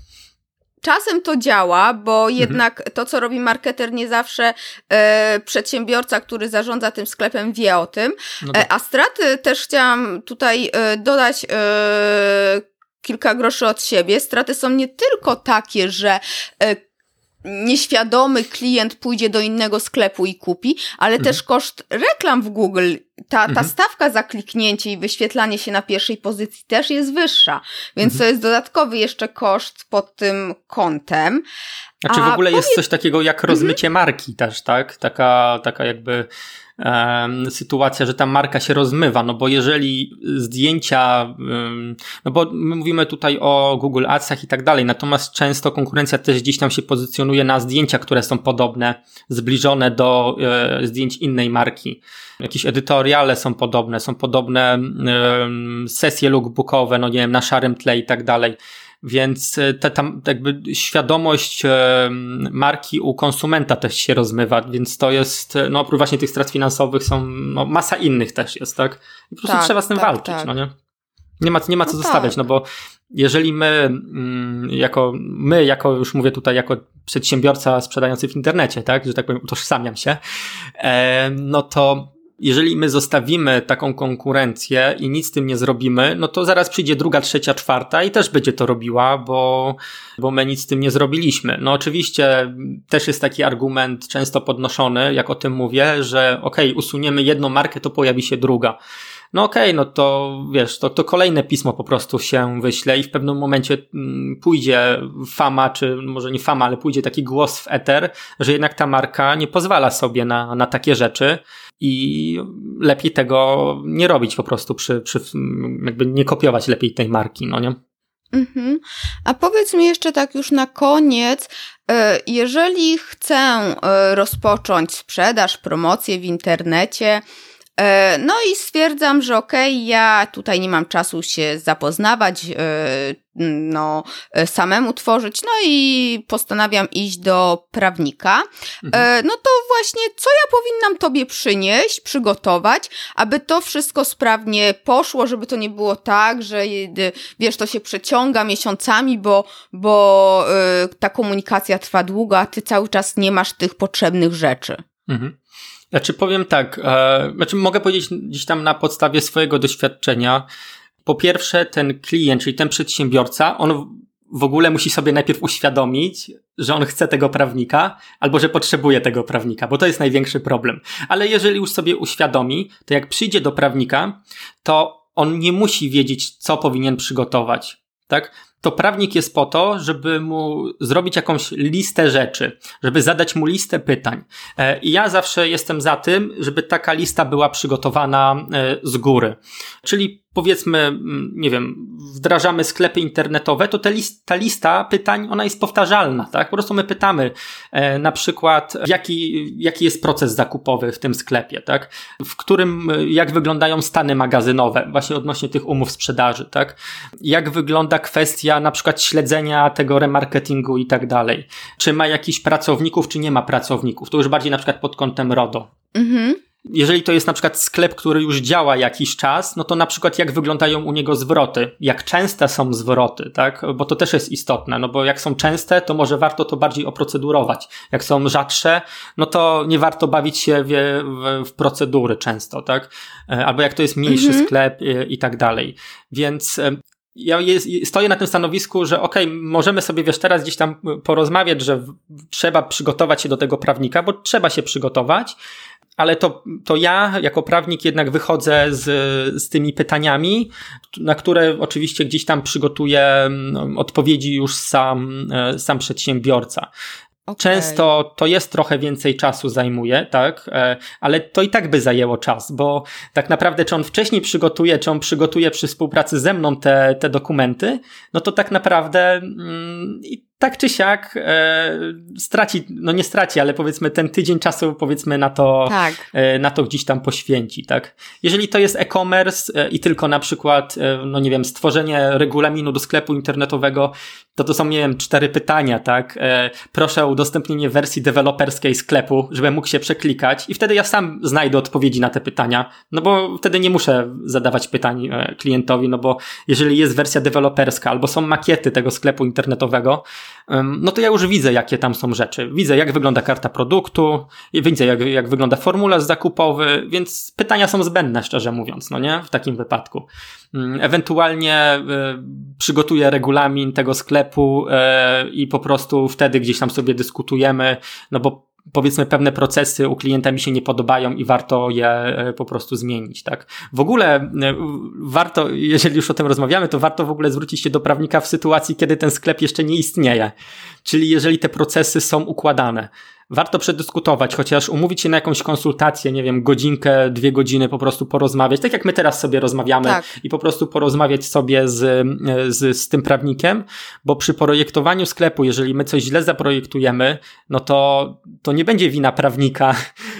S1: czasem to działa, bo jednak mhm. to, co robi marketer, nie zawsze e, przedsiębiorca, który zarządza tym sklepem, wie o tym. No tak. e, a straty też chciałam tutaj e, dodać e, kilka groszy od siebie. Straty są nie tylko takie, że e, nieświadomy klient pójdzie do innego sklepu i kupi, ale mhm. też koszt reklam w Google, ta, ta mhm. stawka za kliknięcie i wyświetlanie się na pierwszej pozycji też jest wyższa, więc mhm. to jest dodatkowy jeszcze koszt pod tym kątem.
S2: Znaczy w ogóle powiedz... jest coś takiego jak rozmycie mhm. marki też, tak? Taka, taka jakby um, sytuacja, że ta marka się rozmywa, no bo jeżeli zdjęcia, um, no bo my mówimy tutaj o Google Adsach i tak dalej, natomiast często konkurencja też gdzieś tam się pozycjonuje na zdjęcia, które są podobne, zbliżone do e, zdjęć innej marki. Jakieś edytoriale są podobne, są podobne um, sesje lookbookowe, no nie wiem, na szarym tle i tak dalej. Więc ta, tam jakby świadomość e, marki u konsumenta też się rozmywa, więc to jest, no oprócz właśnie tych strat finansowych są, no masa innych też jest, tak? I po prostu tak, trzeba z tym tak, walczyć, tak. no nie? Nie ma, nie ma co no zostawiać, tak. no bo jeżeli my, mm, jako, my jako, już mówię tutaj jako przedsiębiorca sprzedający w internecie, tak? Że tak powiem, utożsamiam się, e, no to jeżeli my zostawimy taką konkurencję i nic z tym nie zrobimy, no to zaraz przyjdzie druga, trzecia, czwarta i też będzie to robiła, bo, bo my nic z tym nie zrobiliśmy. No oczywiście też jest taki argument często podnoszony, jak o tym mówię, że okej, okay, usuniemy jedną markę, to pojawi się druga. no okej, okay, no to wiesz, to, to kolejne pismo po prostu się wyśle i w pewnym momencie mm, pójdzie fama, czy może nie fama, ale pójdzie taki głos w eter, że jednak ta marka nie pozwala sobie na, na takie rzeczy i lepiej tego nie robić po prostu, przy, przy, jakby nie kopiować lepiej tej marki, no nie?
S1: Mhm. A powiedz mi jeszcze tak już na koniec, jeżeli chcę rozpocząć sprzedaż, promocję w internecie, no i stwierdzam, że okej, okay, ja tutaj nie mam czasu się zapoznawać, no, samemu tworzyć, no i postanawiam iść do prawnika, mhm. no to właśnie co ja powinnam tobie przynieść, przygotować, aby to wszystko sprawnie poszło, żeby to nie było tak, że wiesz, to się przeciąga miesiącami, bo, bo ta komunikacja trwa długo, a ty cały czas nie masz tych potrzebnych rzeczy. Mhm.
S2: Znaczy powiem tak, e, znaczy mogę powiedzieć gdzieś tam na podstawie swojego doświadczenia. Po pierwsze ten klient, czyli ten przedsiębiorca, on w ogóle musi sobie najpierw uświadomić, że on chce tego prawnika, albo że potrzebuje tego prawnika, bo to jest największy problem. Ale jeżeli już sobie uświadomi, to jak przyjdzie do prawnika, to on nie musi wiedzieć, co powinien przygotować, tak? To prawnik jest po to, żeby mu zrobić jakąś listę rzeczy, żeby zadać mu listę pytań. I ja zawsze jestem za tym, żeby taka lista była przygotowana z góry. Czyli powiedzmy, nie wiem, wdrażamy sklepy internetowe, to ta, list, ta lista pytań, ona jest powtarzalna, tak? Po prostu my pytamy e, na przykład, jaki, jaki jest proces zakupowy w tym sklepie, tak? W którym, jak wyglądają stany magazynowe, właśnie odnośnie tych umów sprzedaży, tak? Jak wygląda kwestia na przykład śledzenia tego remarketingu i tak dalej. Czy ma jakichś pracowników, czy nie ma pracowników. To już bardziej na przykład pod kątem RODO. Mhm. Jeżeli to jest na przykład sklep, który już działa jakiś czas, no to na przykład jak wyglądają u niego zwroty, jak częste są zwroty, tak? Bo to też jest istotne, no bo jak są częste, to może warto to bardziej oprocedurować. Jak są rzadsze, no to nie warto bawić się w, w, w procedury często, tak? Albo jak to jest mniejszy mhm. sklep i, i tak dalej. Więc ja jest, stoję na tym stanowisku, że okej, okay, możemy sobie, wiesz, teraz gdzieś tam porozmawiać, że w, trzeba przygotować się do tego prawnika, bo trzeba się przygotować, ale to, to ja jako prawnik jednak wychodzę z, z tymi pytaniami, na które oczywiście gdzieś tam przygotuję odpowiedzi już sam, sam przedsiębiorca. Okay. Często to jest trochę więcej czasu zajmuje, tak, ale to i tak by zajęło czas, bo tak naprawdę czy on wcześniej przygotuje, czy on przygotuje przy współpracy ze mną te, te dokumenty, no to tak naprawdę mm, tak czy siak e, straci, no nie straci, ale powiedzmy ten tydzień czasu powiedzmy na to, tak. e, na to gdzieś tam poświęci, tak. Jeżeli to jest e-commerce e, i tylko na przykład, e, no nie wiem, stworzenie regulaminu do sklepu internetowego, to to są, nie wiem, cztery pytania, tak. E, proszę o udostępnienie wersji deweloperskiej sklepu, żebym mógł się przeklikać i wtedy ja sam znajdę odpowiedzi na te pytania, no bo wtedy nie muszę zadawać pytań e, klientowi, no bo jeżeli jest wersja deweloperska albo są makiety tego sklepu internetowego, no to ja już widzę, jakie tam są rzeczy. Widzę, jak wygląda karta produktu, widzę, jak, jak wygląda formularz zakupowy, więc pytania są zbędne, szczerze mówiąc, no nie? W takim wypadku. Ewentualnie y, przygotuję regulamin tego sklepu y, i po prostu wtedy gdzieś tam sobie dyskutujemy, no bo powiedzmy pewne procesy u klienta mi się nie podobają i warto je po prostu zmienić, tak? W ogóle warto, jeżeli już o tym rozmawiamy, to warto w ogóle zwrócić się do prawnika w sytuacji, kiedy ten sklep jeszcze nie istnieje. Czyli jeżeli te procesy są układane. Warto przedyskutować, chociaż umówić się na jakąś konsultację, nie wiem, godzinkę, dwie godziny po prostu porozmawiać, tak jak my teraz sobie rozmawiamy tak. I po prostu porozmawiać sobie z, z, z tym prawnikiem, bo przy projektowaniu sklepu, jeżeli my coś źle zaprojektujemy, no to, to nie będzie wina prawnika,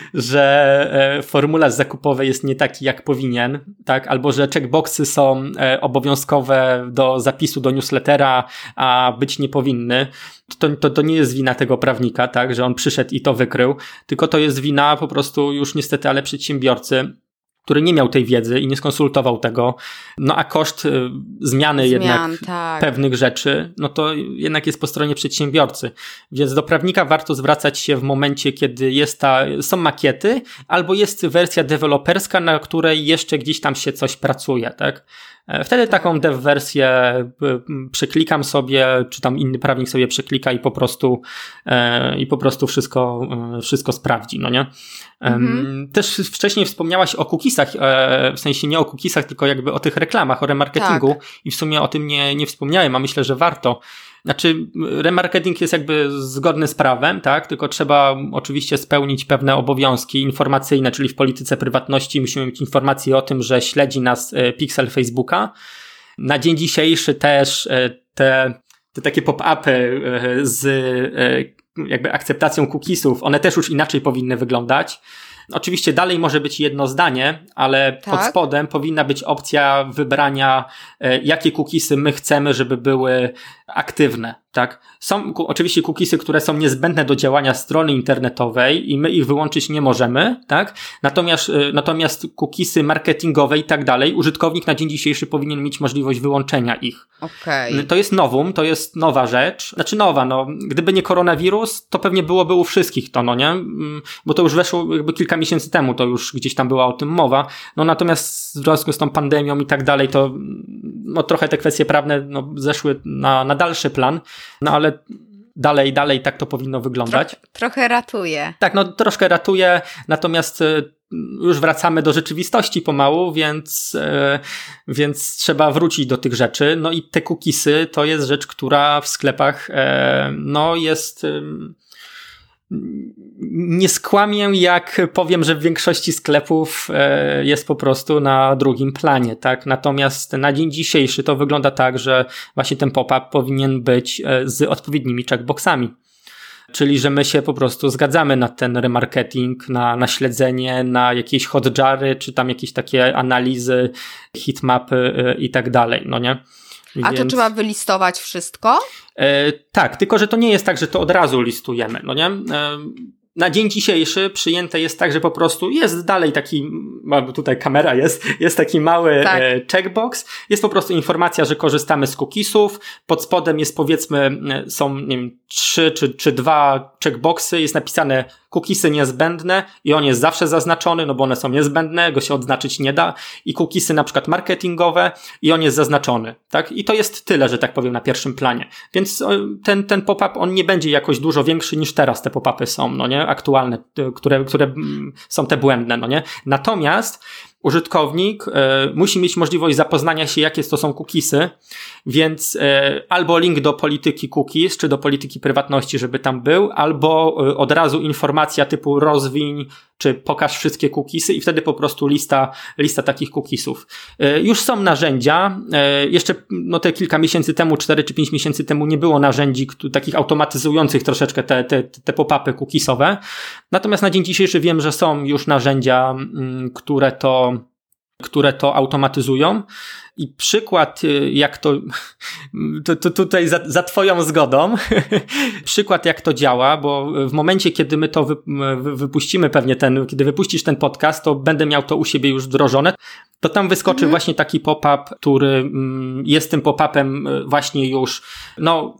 S2: że formularz zakupowy jest nie taki, jak powinien, tak, albo że checkboxy są obowiązkowe do zapisu do newslettera, a być nie powinny. To, to, to nie jest wina tego prawnika, tak, że on przyszedł i to wykrył, tylko to jest wina po prostu już niestety, ale przedsiębiorcy, który nie miał tej wiedzy i nie skonsultował tego, no a koszt y, zmiany Zmian, jednak tak. pewnych rzeczy, no to jednak jest po stronie przedsiębiorcy. Więc do prawnika warto zwracać się w momencie, kiedy jest ta, są makiety, albo jest wersja deweloperska, na której jeszcze gdzieś tam się coś pracuje, tak? Wtedy taką dev wersję przeklikam sobie, czy tam inny prawnik sobie przeklika i po prostu i po prostu wszystko, wszystko sprawdzi, no nie? Mhm. Też wcześniej wspomniałaś o cookiesach, w sensie nie o cookiesach, tylko jakby o tych reklamach, o remarketingu tak. I w sumie o tym nie, nie wspomniałem, a myślę, że warto. Znaczy, remarketing jest jakby zgodny z prawem, tak? Tylko trzeba oczywiście spełnić pewne obowiązki informacyjne, czyli w polityce prywatności musimy mieć informacje o tym, że śledzi nas Pixel Facebooka. Na dzień dzisiejszy też te, te takie pop-upy z jakby akceptacją cookiesów, one też już inaczej powinny wyglądać. Oczywiście dalej może być jedno zdanie, ale tak. Pod spodem powinna być opcja wybrania, jakie cookiesy my chcemy, żeby były aktywne, tak? Są oczywiście cookiesy, które są niezbędne do działania strony internetowej i my ich wyłączyć nie możemy, tak? Natomiast, natomiast cookiesy marketingowe i tak dalej, użytkownik na dzień dzisiejszy powinien mieć możliwość wyłączenia ich.
S1: Okej.
S2: To jest nowum, to jest nowa rzecz. Znaczy nowa, no. Gdyby nie koronawirus, to pewnie byłoby u wszystkich to, no nie? Bo to już weszło jakby kilka miesięcy temu, to już gdzieś tam była o tym mowa. No natomiast w związku z tą pandemią i tak dalej, to no trochę te kwestie prawne no, zeszły na, na dalszy plan, no ale dalej, dalej tak to powinno wyglądać.
S1: Tro, trochę ratuje.
S2: Tak, no troszkę ratuje, natomiast już wracamy do rzeczywistości pomału, więc, więc trzeba wrócić do tych rzeczy. No i te cookiesy to jest rzecz, która w sklepach no jest... Nie skłamię, jak powiem, że w większości sklepów jest po prostu na drugim planie, tak? Natomiast na dzień dzisiejszy to wygląda tak, że właśnie ten pop-up powinien być z odpowiednimi checkboxami. Czyli, że my się po prostu zgadzamy na ten remarketing, na, na śledzenie, na jakieś hotjary, czy tam jakieś takie analizy, heatmapy i tak dalej, no nie?
S1: A Więc... to trzeba wylistować wszystko?
S2: E, tak, tylko że to nie jest tak, że to od razu listujemy, no nie? E, na dzień dzisiejszy przyjęte jest tak, że po prostu jest dalej taki, tutaj kamera jest, jest taki mały tak. e, checkbox, jest po prostu informacja, że korzystamy z cookiesów, pod spodem jest powiedzmy, są nie wiem, trzy czy, czy dwa checkboxy, jest napisane cookiesy niezbędne i on jest zawsze zaznaczony, no bo one są niezbędne, go się odznaczyć nie da i cookiesy na przykład marketingowe i on jest zaznaczony, tak? I to jest tyle, że tak powiem, na pierwszym planie. Więc ten, ten pop-up, on nie będzie jakoś dużo większy niż teraz te pop-upy są, no nie? Aktualne, które, które są te błędne, no nie? Natomiast użytkownik y, musi mieć możliwość zapoznania się, jakie to są cookiesy, więc y, albo link do polityki cookies, czy do polityki prywatności, żeby tam był, albo y, od razu informacja typu rozwiń, czy pokaż wszystkie cookiesy i wtedy po prostu lista, lista takich cookiesów. Y, już są narzędzia, y, jeszcze no te kilka miesięcy temu, cztery czy pięć miesięcy temu nie było narzędzi k- takich automatyzujących troszeczkę te, te, te pop-upy cookiesowe, natomiast na dzień dzisiejszy wiem, że są już narzędzia, y, które to które to automatyzują. I przykład, jak to, to, to tutaj za, za twoją zgodą, przykład jak to działa, bo w momencie, kiedy my to wy, wy, wypuścimy pewnie ten, kiedy wypuścisz ten podcast, to będę miał to u siebie już wdrożone, to tam wyskoczy mhm. właśnie taki pop-up, który jest tym pop-upem właśnie już, no,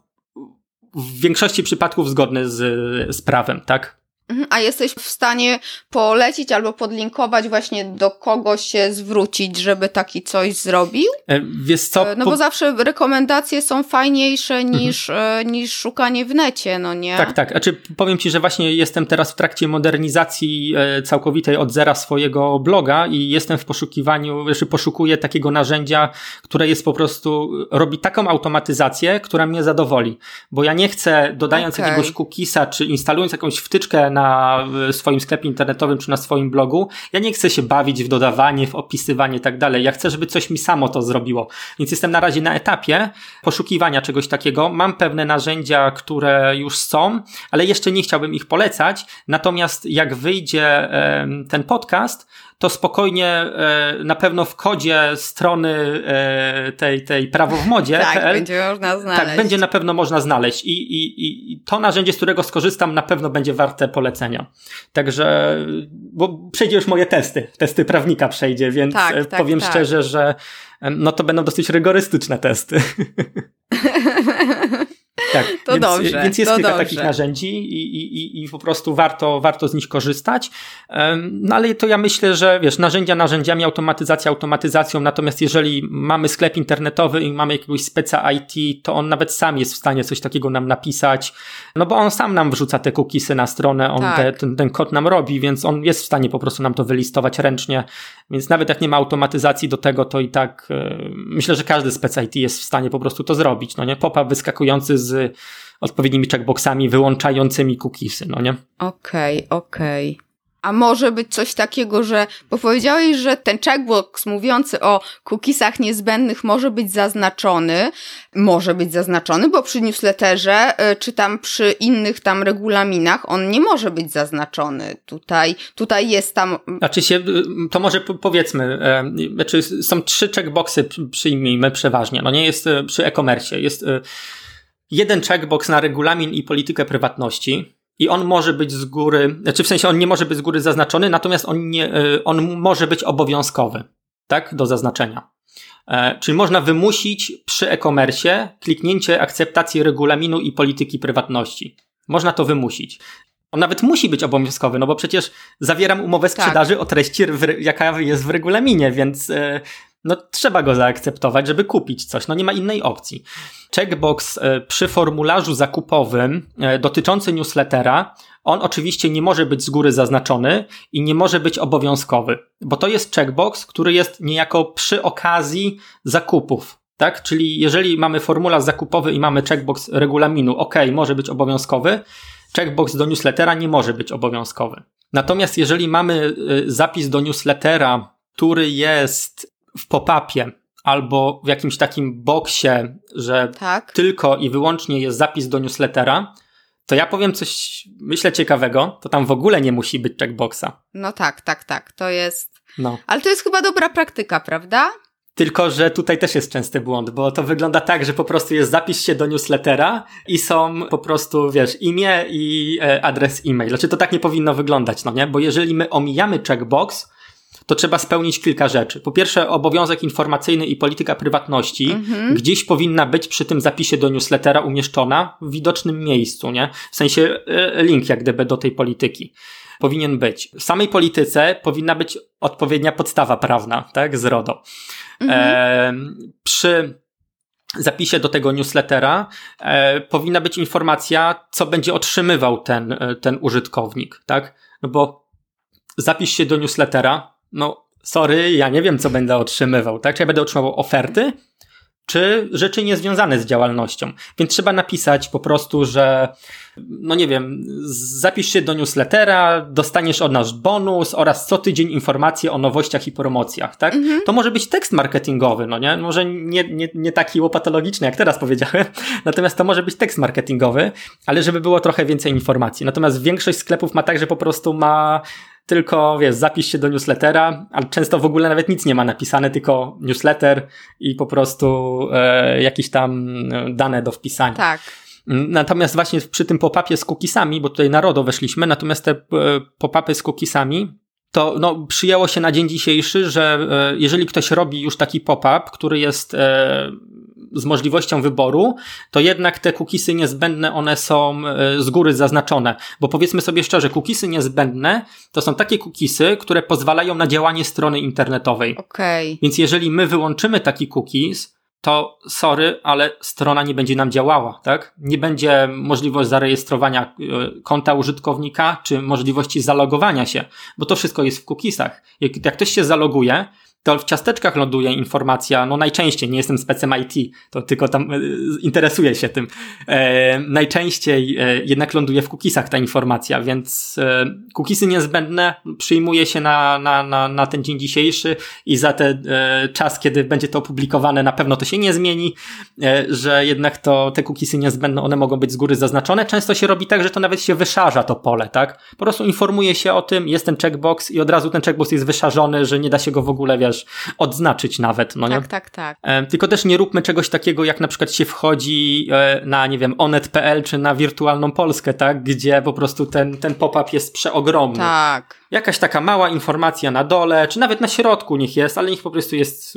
S2: w większości przypadków zgodny z, z prawem, tak?
S1: A jesteś w stanie polecić albo podlinkować właśnie do kogo się zwrócić, żeby taki coś zrobił?
S2: Wiesz co?
S1: No bo zawsze rekomendacje są fajniejsze niż, mhm. niż szukanie w necie, no nie?
S2: Tak, tak. Znaczy powiem ci, że właśnie jestem teraz w trakcie modernizacji całkowitej od zera swojego bloga i jestem w poszukiwaniu, znaczy poszukuję takiego narzędzia, które jest po prostu, robi taką automatyzację, która mnie zadowoli. Bo ja nie chcę, dodając okay. jakiegoś cookiesa, czy instalując jakąś wtyczkę na swoim sklepie internetowym czy na swoim blogu. Ja nie chcę się bawić w dodawanie, w opisywanie i tak dalej. Ja chcę, żeby coś mi samo to zrobiło. Więc jestem na razie na etapie poszukiwania czegoś takiego. Mam pewne narzędzia, które już są, ale jeszcze nie chciałbym ich polecać. Natomiast jak wyjdzie e, ten podcast, to spokojnie e, na pewno w kodzie strony e, tej, tej Prawo w Modzie.
S1: tak, będzie można znaleźć.
S2: Tak, będzie na pewno można znaleźć. I, i, i to narzędzie, z którego skorzystam, na pewno będzie warte polecenia. Także, bo przejdzie już moje testy. Testy prawnika przejdzie, więc tak, tak, powiem tak. szczerze, że no to będą dosyć rygorystyczne testy.
S1: Tak. To To
S2: więc,
S1: dobrze,
S2: więc jest
S1: to
S2: kilka
S1: dobrze.
S2: takich narzędzi i, i, i po prostu warto, warto z nich korzystać. No ale to ja myślę, że wiesz, narzędzia narzędziami, automatyzacja automatyzacją, natomiast jeżeli mamy sklep internetowy i mamy jakiegoś speca I T, to on nawet sam jest w stanie coś takiego nam napisać, no bo on sam nam wrzuca te cookiesy na stronę, on
S1: tak.
S2: te, ten, ten kod nam robi, więc on jest w stanie po prostu nam to wylistować ręcznie, więc nawet jak nie ma automatyzacji do tego, to i tak yy, myślę, że każdy spec I T jest w stanie po prostu to zrobić, no nie? Pop-up wyskakujący z odpowiednimi checkboxami wyłączającymi cookiesy, no nie?
S1: Okej, okay, okej. Okay. A może być coś takiego, że, bo powiedziałeś, że ten checkbox mówiący o cookiesach niezbędnych może być zaznaczony, może być zaznaczony, bo przy newsletterze, czy tam przy innych tam regulaminach on nie może być zaznaczony. Tutaj, tutaj jest tam...
S2: Znaczy się, to może powiedzmy, znaczy są trzy checkboxy, przyjmijmy przeważnie, no nie jest przy e-commerce, jest jeden checkbox na regulamin i politykę prywatności. I on może być z góry, znaczy w sensie on nie może być z góry zaznaczony, natomiast on, nie, on może być obowiązkowy, tak, do zaznaczenia. E, czyli można wymusić przy e-commerce kliknięcie akceptacji regulaminu i polityki prywatności. Można to wymusić. On nawet musi być obowiązkowy, no bo przecież zawieram umowę sprzedaży tak. o treści, w, jaka jest w regulaminie, więc e, no trzeba go zaakceptować, żeby kupić coś. No nie ma innej opcji. Checkbox e, przy formularzu zakupowym e, dotyczący newslettera, on oczywiście nie może być z góry zaznaczony i nie może być obowiązkowy, bo to jest checkbox, który jest niejako przy okazji zakupów. Tak? Czyli jeżeli mamy formularz zakupowy i mamy checkbox regulaminu, ok, może być obowiązkowy, checkbox do newslettera nie może być obowiązkowy. Natomiast jeżeli mamy zapis do newslettera, który jest w pop-upie albo w jakimś takim boksie, że tak. tylko i wyłącznie jest zapis do newslettera, to ja powiem coś, myślę, ciekawego, to tam w ogóle nie musi być checkboxa.
S1: No tak, tak, tak, to jest...
S2: No.
S1: Ale to jest chyba dobra praktyka, prawda?
S2: Tylko że tutaj też jest częsty błąd, bo to wygląda tak, że po prostu jest zapisz się do newslettera i są po prostu, wiesz, imię i e, adres e-mail. Znaczy to tak nie powinno wyglądać, no nie? Bo jeżeli my omijamy checkbox, to trzeba spełnić kilka rzeczy. Po pierwsze, obowiązek informacyjny i polityka prywatności mhm. gdzieś powinna być przy tym zapisie do newslettera umieszczona w widocznym miejscu, nie? W sensie e, link jak gdyby do tej polityki. Powinien być. W samej polityce powinna być odpowiednia podstawa prawna, tak, z RODO. Mhm. E, przy zapisie do tego newslettera e, powinna być informacja, co będzie otrzymywał ten, ten użytkownik, tak? No bo zapisz się do newslettera, no sorry, ja nie wiem, co będę otrzymywał, tak? Czy ja będę otrzymywał oferty, czy rzeczy niezwiązane z działalnością. Więc trzeba napisać po prostu, że no nie wiem, zapisz się do newslettera, dostaniesz od nas bonus oraz co tydzień informacje o nowościach i promocjach, tak? Mhm. To może być tekst marketingowy, no nie? Może nie, nie, nie taki łopatologiczny, jak teraz powiedziałem, natomiast to może być tekst marketingowy, ale żeby było trochę więcej informacji. Natomiast większość sklepów ma tak, że po prostu ma tylko, wiesz, zapisz się do newslettera, ale często w ogóle nawet nic nie ma napisane, tylko newsletter i po prostu e, jakieś tam dane do wpisania.
S1: Tak.
S2: Natomiast właśnie przy tym pop-upie z cookiesami, bo tutaj na RODO weszliśmy, natomiast te e, pop-upy z cookiesami, to no, przyjęło się na dzień dzisiejszy, że e, jeżeli ktoś robi już taki pop-up, który jest e, z możliwością wyboru, to jednak te cookiesy niezbędne, one są z góry zaznaczone. Bo powiedzmy sobie szczerze, cookiesy niezbędne to są takie cookiesy, które pozwalają na działanie strony internetowej.
S1: Okay.
S2: Więc jeżeli my wyłączymy taki cookies, to sorry, ale strona nie będzie nam działała, tak? Nie będzie możliwości zarejestrowania konta użytkownika, czy możliwości zalogowania się, bo to wszystko jest w cookiesach. Jak, jak ktoś się zaloguje, to w ciasteczkach ląduje informacja, no najczęściej, nie jestem specem I T, to tylko tam e, interesuję się tym. E, najczęściej e, jednak ląduje w cookiesach ta informacja, więc e, cookiesy niezbędne przyjmuje się na, na, na, na ten dzień dzisiejszy i za ten e, czas, kiedy będzie to opublikowane, na pewno to się nie zmieni, e, że jednak to te cookiesy niezbędne, one mogą być z góry zaznaczone. Często się robi tak, że to nawet się wyszarza to pole, tak? Po prostu informuje się o tym, jest ten checkbox i od razu ten checkbox jest wyszarzony, że nie da się go w ogóle, wiesz, odznaczyć nawet, no nie?
S1: Tak, tak, tak.
S2: E, tylko też nie róbmy czegoś takiego, jak na przykład się wchodzi e, na, nie wiem, onet kropka p l czy na Wirtualną Polskę, tak? Gdzie po prostu ten, ten pop-up jest przeogromny.
S1: Tak.
S2: Jakaś taka mała informacja na dole, czy nawet na środku niech jest, ale niech po prostu jest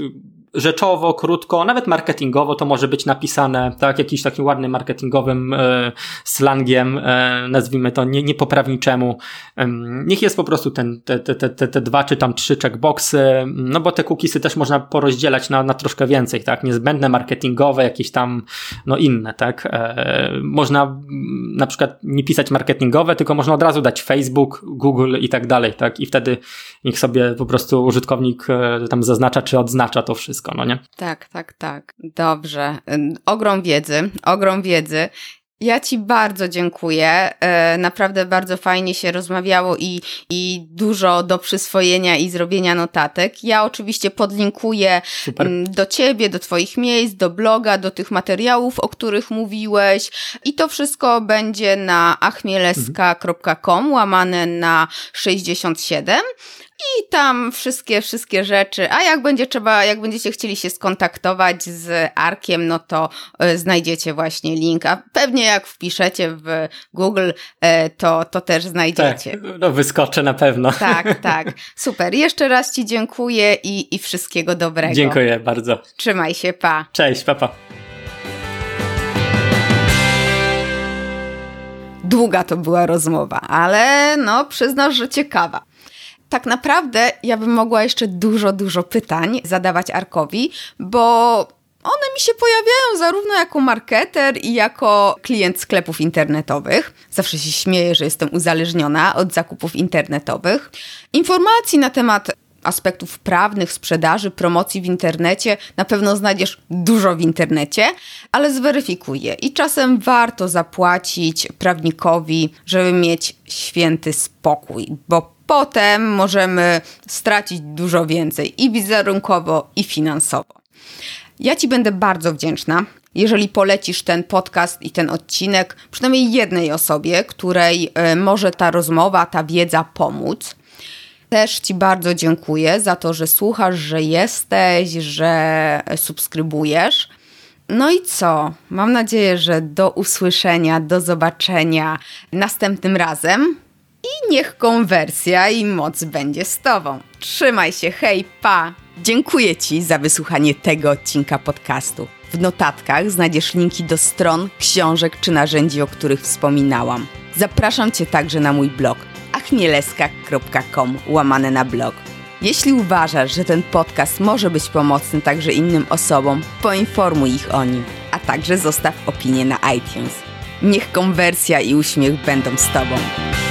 S2: rzeczowo, krótko, nawet marketingowo to może być napisane, tak, jakimś takim ładnym marketingowym e, slangiem, e, nazwijmy to nie, niepoprawniczemu. E, niech jest po prostu ten, te, te, te, te dwa czy tam trzy checkboxy, no bo te cookiesy też można porozdzielać na, na troszkę więcej, tak, niezbędne, marketingowe, jakieś tam, no inne, tak. E, można na przykład nie pisać marketingowe, tylko można od razu dać Facebook, Google i tak dalej, tak, i wtedy niech sobie po prostu użytkownik e, tam zaznacza, czy odznacza to wszystko, no nie?
S1: Tak, tak, tak. Dobrze. Ogrom wiedzy, ogrom wiedzy. Ja Ci bardzo dziękuję. Naprawdę bardzo fajnie się rozmawiało i, i dużo do przyswojenia i zrobienia notatek. Ja oczywiście podlinkuję Super. do Ciebie, do Twoich miejsc, do bloga, do tych materiałów, o których mówiłeś i to wszystko będzie na achmieleska kropka com łamane na sześćdziesiąt siedem. I tam wszystkie, wszystkie rzeczy, a jak będzie trzeba, jak będziecie chcieli się skontaktować z Arkiem, no to y, znajdziecie właśnie link, a pewnie jak wpiszecie w Google, y, to, to też znajdziecie.
S2: Tak, no wyskoczę na pewno.
S1: Tak, tak. Super. Jeszcze raz Ci dziękuję i, i wszystkiego dobrego.
S2: Dziękuję bardzo.
S1: Trzymaj się, pa.
S2: Cześć, pa, pa.
S1: Długa to była rozmowa, ale no przyznasz, że ciekawa. Tak naprawdę ja bym mogła jeszcze dużo, dużo pytań zadawać Arkowi, bo one mi się pojawiają zarówno jako marketer i jako klient sklepów internetowych. Zawsze się śmieję, że jestem uzależniona od zakupów internetowych. Informacji na temat aspektów prawnych, sprzedaży, promocji w internecie na pewno znajdziesz dużo w internecie, ale zweryfikuj je. I czasem warto zapłacić prawnikowi, żeby mieć święty spokój, bo potem możemy stracić dużo więcej i wizerunkowo, i finansowo. Ja Ci będę bardzo wdzięczna, jeżeli polecisz ten podcast i ten odcinek przynajmniej jednej osobie, której y, może ta rozmowa, ta wiedza pomóc. Też Ci bardzo dziękuję za to, że słuchasz, że jesteś, że subskrybujesz. No i co? Mam nadzieję, że do usłyszenia, do zobaczenia następnym razem. I niech konwersja i moc będzie z Tobą. Trzymaj się, hej, pa! Dziękuję Ci za wysłuchanie tego odcinka podcastu. W notatkach znajdziesz linki do stron, książek czy narzędzi, o których wspominałam. Zapraszam Cię także na mój blog achmieleska kropka com łamane na blog. Jeśli uważasz, że ten podcast może być pomocny także innym osobom, poinformuj ich o nim, a także zostaw opinię na iTunes. Niech konwersja i uśmiech będą z Tobą.